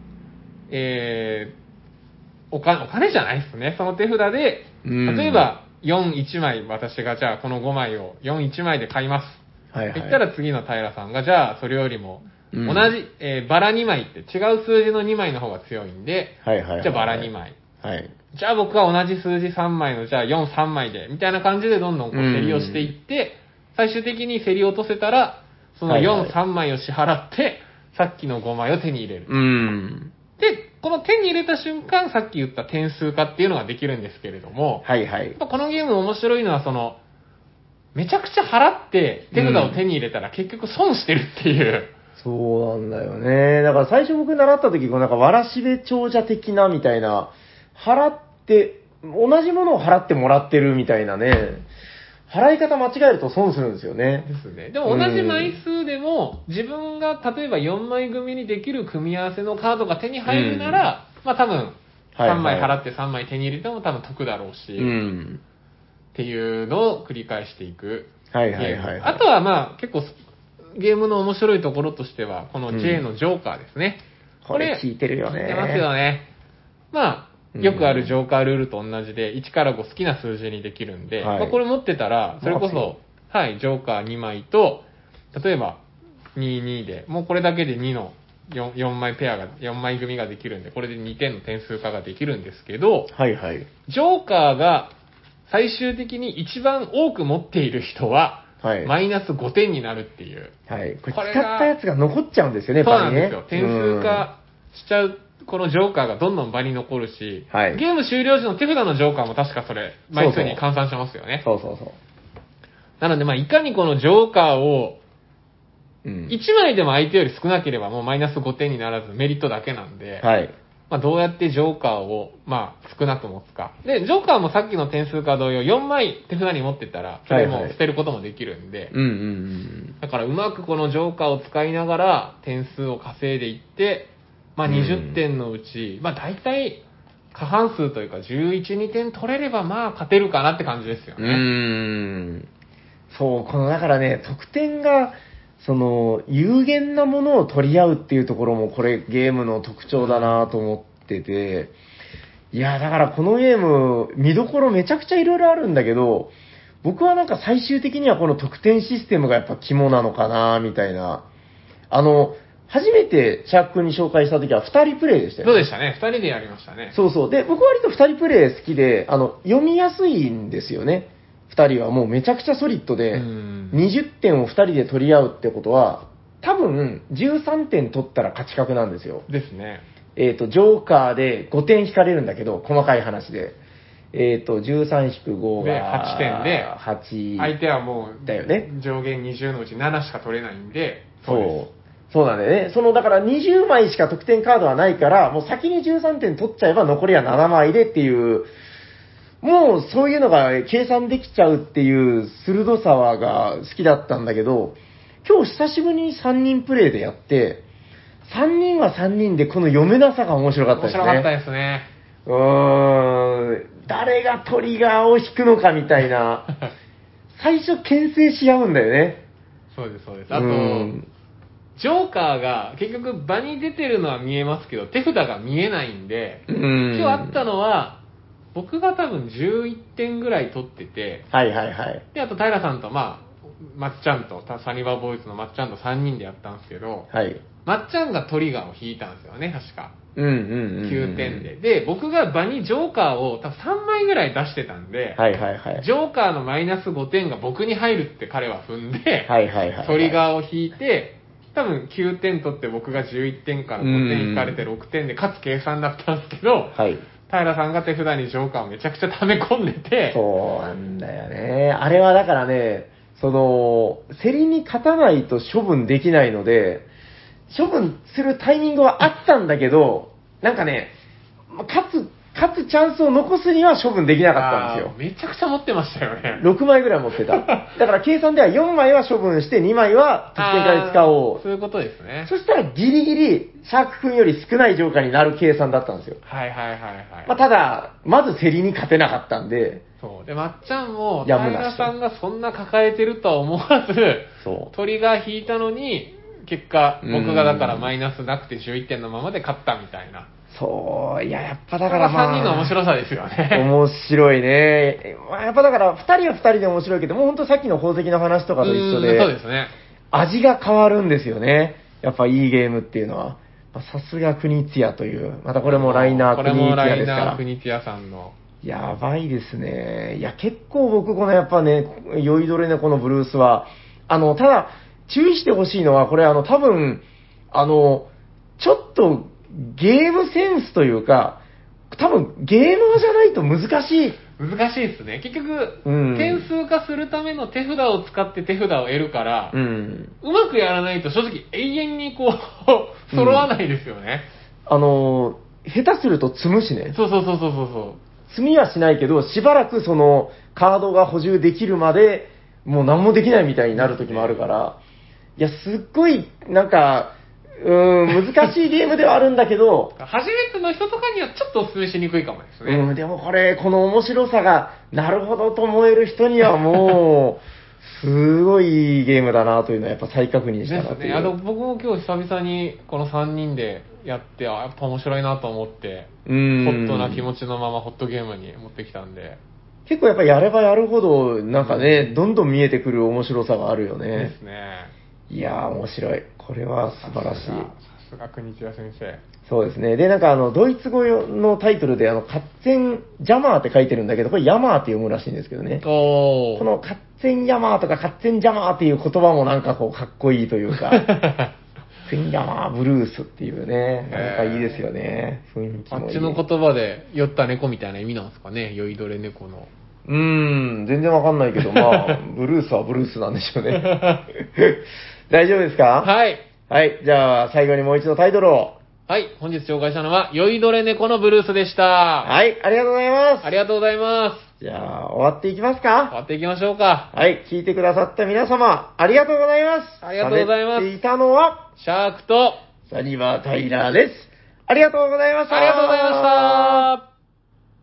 お金じゃないですね。その手札で、例えば、1枚、私がじゃあこの5枚を1枚で買います。言ったら次の平さんが、じゃあそれよりも、同じ、バラ2枚って違う数字の2枚の方が強いんで、じゃあバラ2枚。じゃあ僕は同じ数字3枚の、じゃあ4、3枚で、みたいな感じでどんどん競りをしていって、最終的に競り落とせたら、その4、3枚を支払って、さっきの5枚を手に入れる。で、この手に入れた瞬間、さっき言った点数化っていうのができるんですけれども、このゲーム面白いのは、めちゃくちゃ払って手札を手に入れたら結局損してるっていう。 そうなんだよね。だから最初僕習った時、わらしべ長者的なみたいな、 払って、同じものを払ってもらってるみたいなね、払い方間違えると損するんですよね。 ですね。でも同じ枚数でも、自分が例えば4枚組にできる組み合わせのカードが手に入るなら、まあ多分、3枚払って3枚手に入れても多分得だろうし、っていうのを繰り返していく。 はいはいはい。 あとはまあ結構ゲームの面白いところとしては、この J のジョーカーですね。 これ効いてるよね。 効いてますよね。まあ、よくあるジョーカールールと同じで、1から5好きな数字にできるんで、まあ、これ持ってたら、それこそ、はい、ジョーカー2枚と、例えば、22で、もうこれだけで2の4枚ペアが、4枚組ができるんで、これで2点の点数化ができるんですけど、 はいはい。 ジョーカーが最終的に一番多く持っている人は、はい、マイナス5点になるっていう。 はい。これ使ったやつが残っちゃうんですよね、 そうなんですよ。点数化しちゃう、このジョーカーがどんどん場に残るし、はい、ゲーム終了時の手札のジョーカーも確かそれ、枚数に換算しますよね。 そうそうそう。 なので、まあ、いかにこのジョーカーを、1枚でも相手より少なければもうマイナス5点にならずメリットだけなんで、はい。まあ、どうやってジョーカーを、まあ、少なく持つか。で、ジョーカーもさっきの点数化同様、4枚手札に持ってたら、それも捨てることもできるんで、だからうまくこのジョーカーを使いながら点数を稼いでいって、まあ、20点のうち、まあ、大体、過半数というか11、2点取れればまあ勝てるかなって感じですよね。 そう、だからね、得点が、有限なものを取り合うっていうところも、これゲームの特徴だなと思ってて、いや、だからこのゲーム、見どころめちゃくちゃいろいろあるんだけど、僕はなんか最終的にはこの得点システムがやっぱ肝なのかなみたいな。初めてシャーク君に紹介した時は2人プレイでしたよね。そうでしたね。2人でやりましたね。 そうそう。で、僕割と2人プレイ好きで、読みやすいんですよね。2人はもうめちゃくちゃソリッドで、20点を2人で取り合うってことは、多分13点取ったら勝ち確なんですよ。 ですね。 ジョーカーで5点引かれるんだけど、細かい話で。13-5が 8点で、 8。 相手はもう、 だよね。 上限20のうち7しか取れないんで、 そうなんだよね。だから20枚しか得点カードはないから、もう先に13点取っちゃえば残りは7枚でっていう、もうそういうのが計算できちゃうっていう鋭さが好きだったんだけど、今日久しぶりに3人プレイでやって、3人は3人でこの読めなさが面白かったですね。 面白かったですね。 誰がトリガーを引くのかみたいな、最初牽制し合うんだよね。 そうです、そうです。あと、ジョーカーが結局場に出てるのは見えますけど、手札が見えないんで、今日あったのは、僕が多分11点ぐらい取ってて、 はいはいはい。 で、あと平さんとまっちゃんと、サニバーボーイズのまっちゃんと3人でやったんですけど、 はい。 まっちゃんがトリガーを引いたんですよね、確か。 9 点で。で、僕が場にジョーカーを多分3枚ぐらい出してたんで、 はいはいはい。 ジョーカーのマイナス5点が僕に入るって彼は踏んで、 はいはいはい。 トリガーを引いて、多分9点取って僕が11点から5点引かれて6点で、かつ計算だったんですけど、 はい。 平さんが手札にジョーカーをめちゃくちゃ溜め込んでて、 そうなんだよね。あれはだからね、競りに勝たないと処分できないので、処分するタイミングはあったんだけど、なんかね、勝つチャンスを残すには処分できなかったんですよ。 めちゃくちゃ持ってましたよね。 6枚ぐらい持ってた。だから計算では4枚は処分して2枚は得点から使おう。 そういうことですね。 そしたらギリギリシャーク君より少ないジョーカーになる計算だったんですよ。 はいはいはいはい。 まあ、ただ、まず競りに勝てなかったんで。 そう。で、まっちゃんも、平さんがそんな抱えてるとは思わず、トリガー引いたのに、結果、僕がだからマイナスなくて11点のままで勝ったみたいな。 そう、いや、やっぱだからまあ。3人の面白さですよね。 面白いね。やっぱだから、2人は2人で面白いけど、もうほんとさっきの宝石の話とかと一緒で、 そうですね。 味が変わるんですよね。やっぱいいゲームっていうのは。さすが国津屋という。またこれもライナー国津屋ですから。 これもライナー国津屋さんの。 やばいですね。いや、結構僕このやっぱね、酔いどれね、このブルースは。ただ、注意してほしいのは、これ多分、ちょっとゲームセンスというか、多分ゲーマーじゃないと難しい。 難しいですね。結局、点数化するための手札を使って手札を得るから、うまくやらないと正直永遠にこう、揃わないですよね。 下手すると積むしね。 そうそうそうそうそう。 積みはしないけど、しばらくそのカードが補充できるまで、もう何もできないみたいになる時もあるから、いや、すっごい、なんか、難しいゲームではあるんだけど、 初めての人とかにはちょっとお勧めしにくいかもですね。 でもこれ、この面白さが、なるほどと思える人にはもう、すごいゲームだなというのはやっぱ再確認したなという。 ですね。僕も今日久々にこの3人でやって、やっぱ面白いなと思って、ホットな気持ちのままホットゲームに持ってきたんで。 結構やっぱやればやるほど、なんかね、どんどん見えてくる面白さがあるよね。 ですね。 いやー、面白い。これは素晴らしい。 さすが国千谷先生。 そうですね。で、なんかドイツ語のタイトルで、カッツェンジャマーって書いてるんだけど、これヤマーって読むらしいんですけどね。このカッツェンヤマーとかカッツェンジャマーっていう言葉もなんかこう、かっこいいというか、カッツェンヤマーブルースっていうね、なんかいいですよね。雰囲気もいい。 あっちの言葉で酔った猫みたいな意味なんですかね、酔いどれ猫の。 全然わかんないけど、まあ、ブルースはブルースなんでしょうね。大丈夫ですか？ はい。 はい、じゃあ最後にもう一度タイトルを。 はい、本日紹介したのは、酔いどれ猫のブルースでした。 はい、ありがとうございます。 ありがとうございます。 じゃあ、終わっていきます終か？ わっていきましょうか。 はい、聞いてくださった皆様、ありがとうございます。 ありがとうございます。 喋っていたのは、 シャークと、 サニバー・タイラーです。ありがとうございました。 ありがとうございました。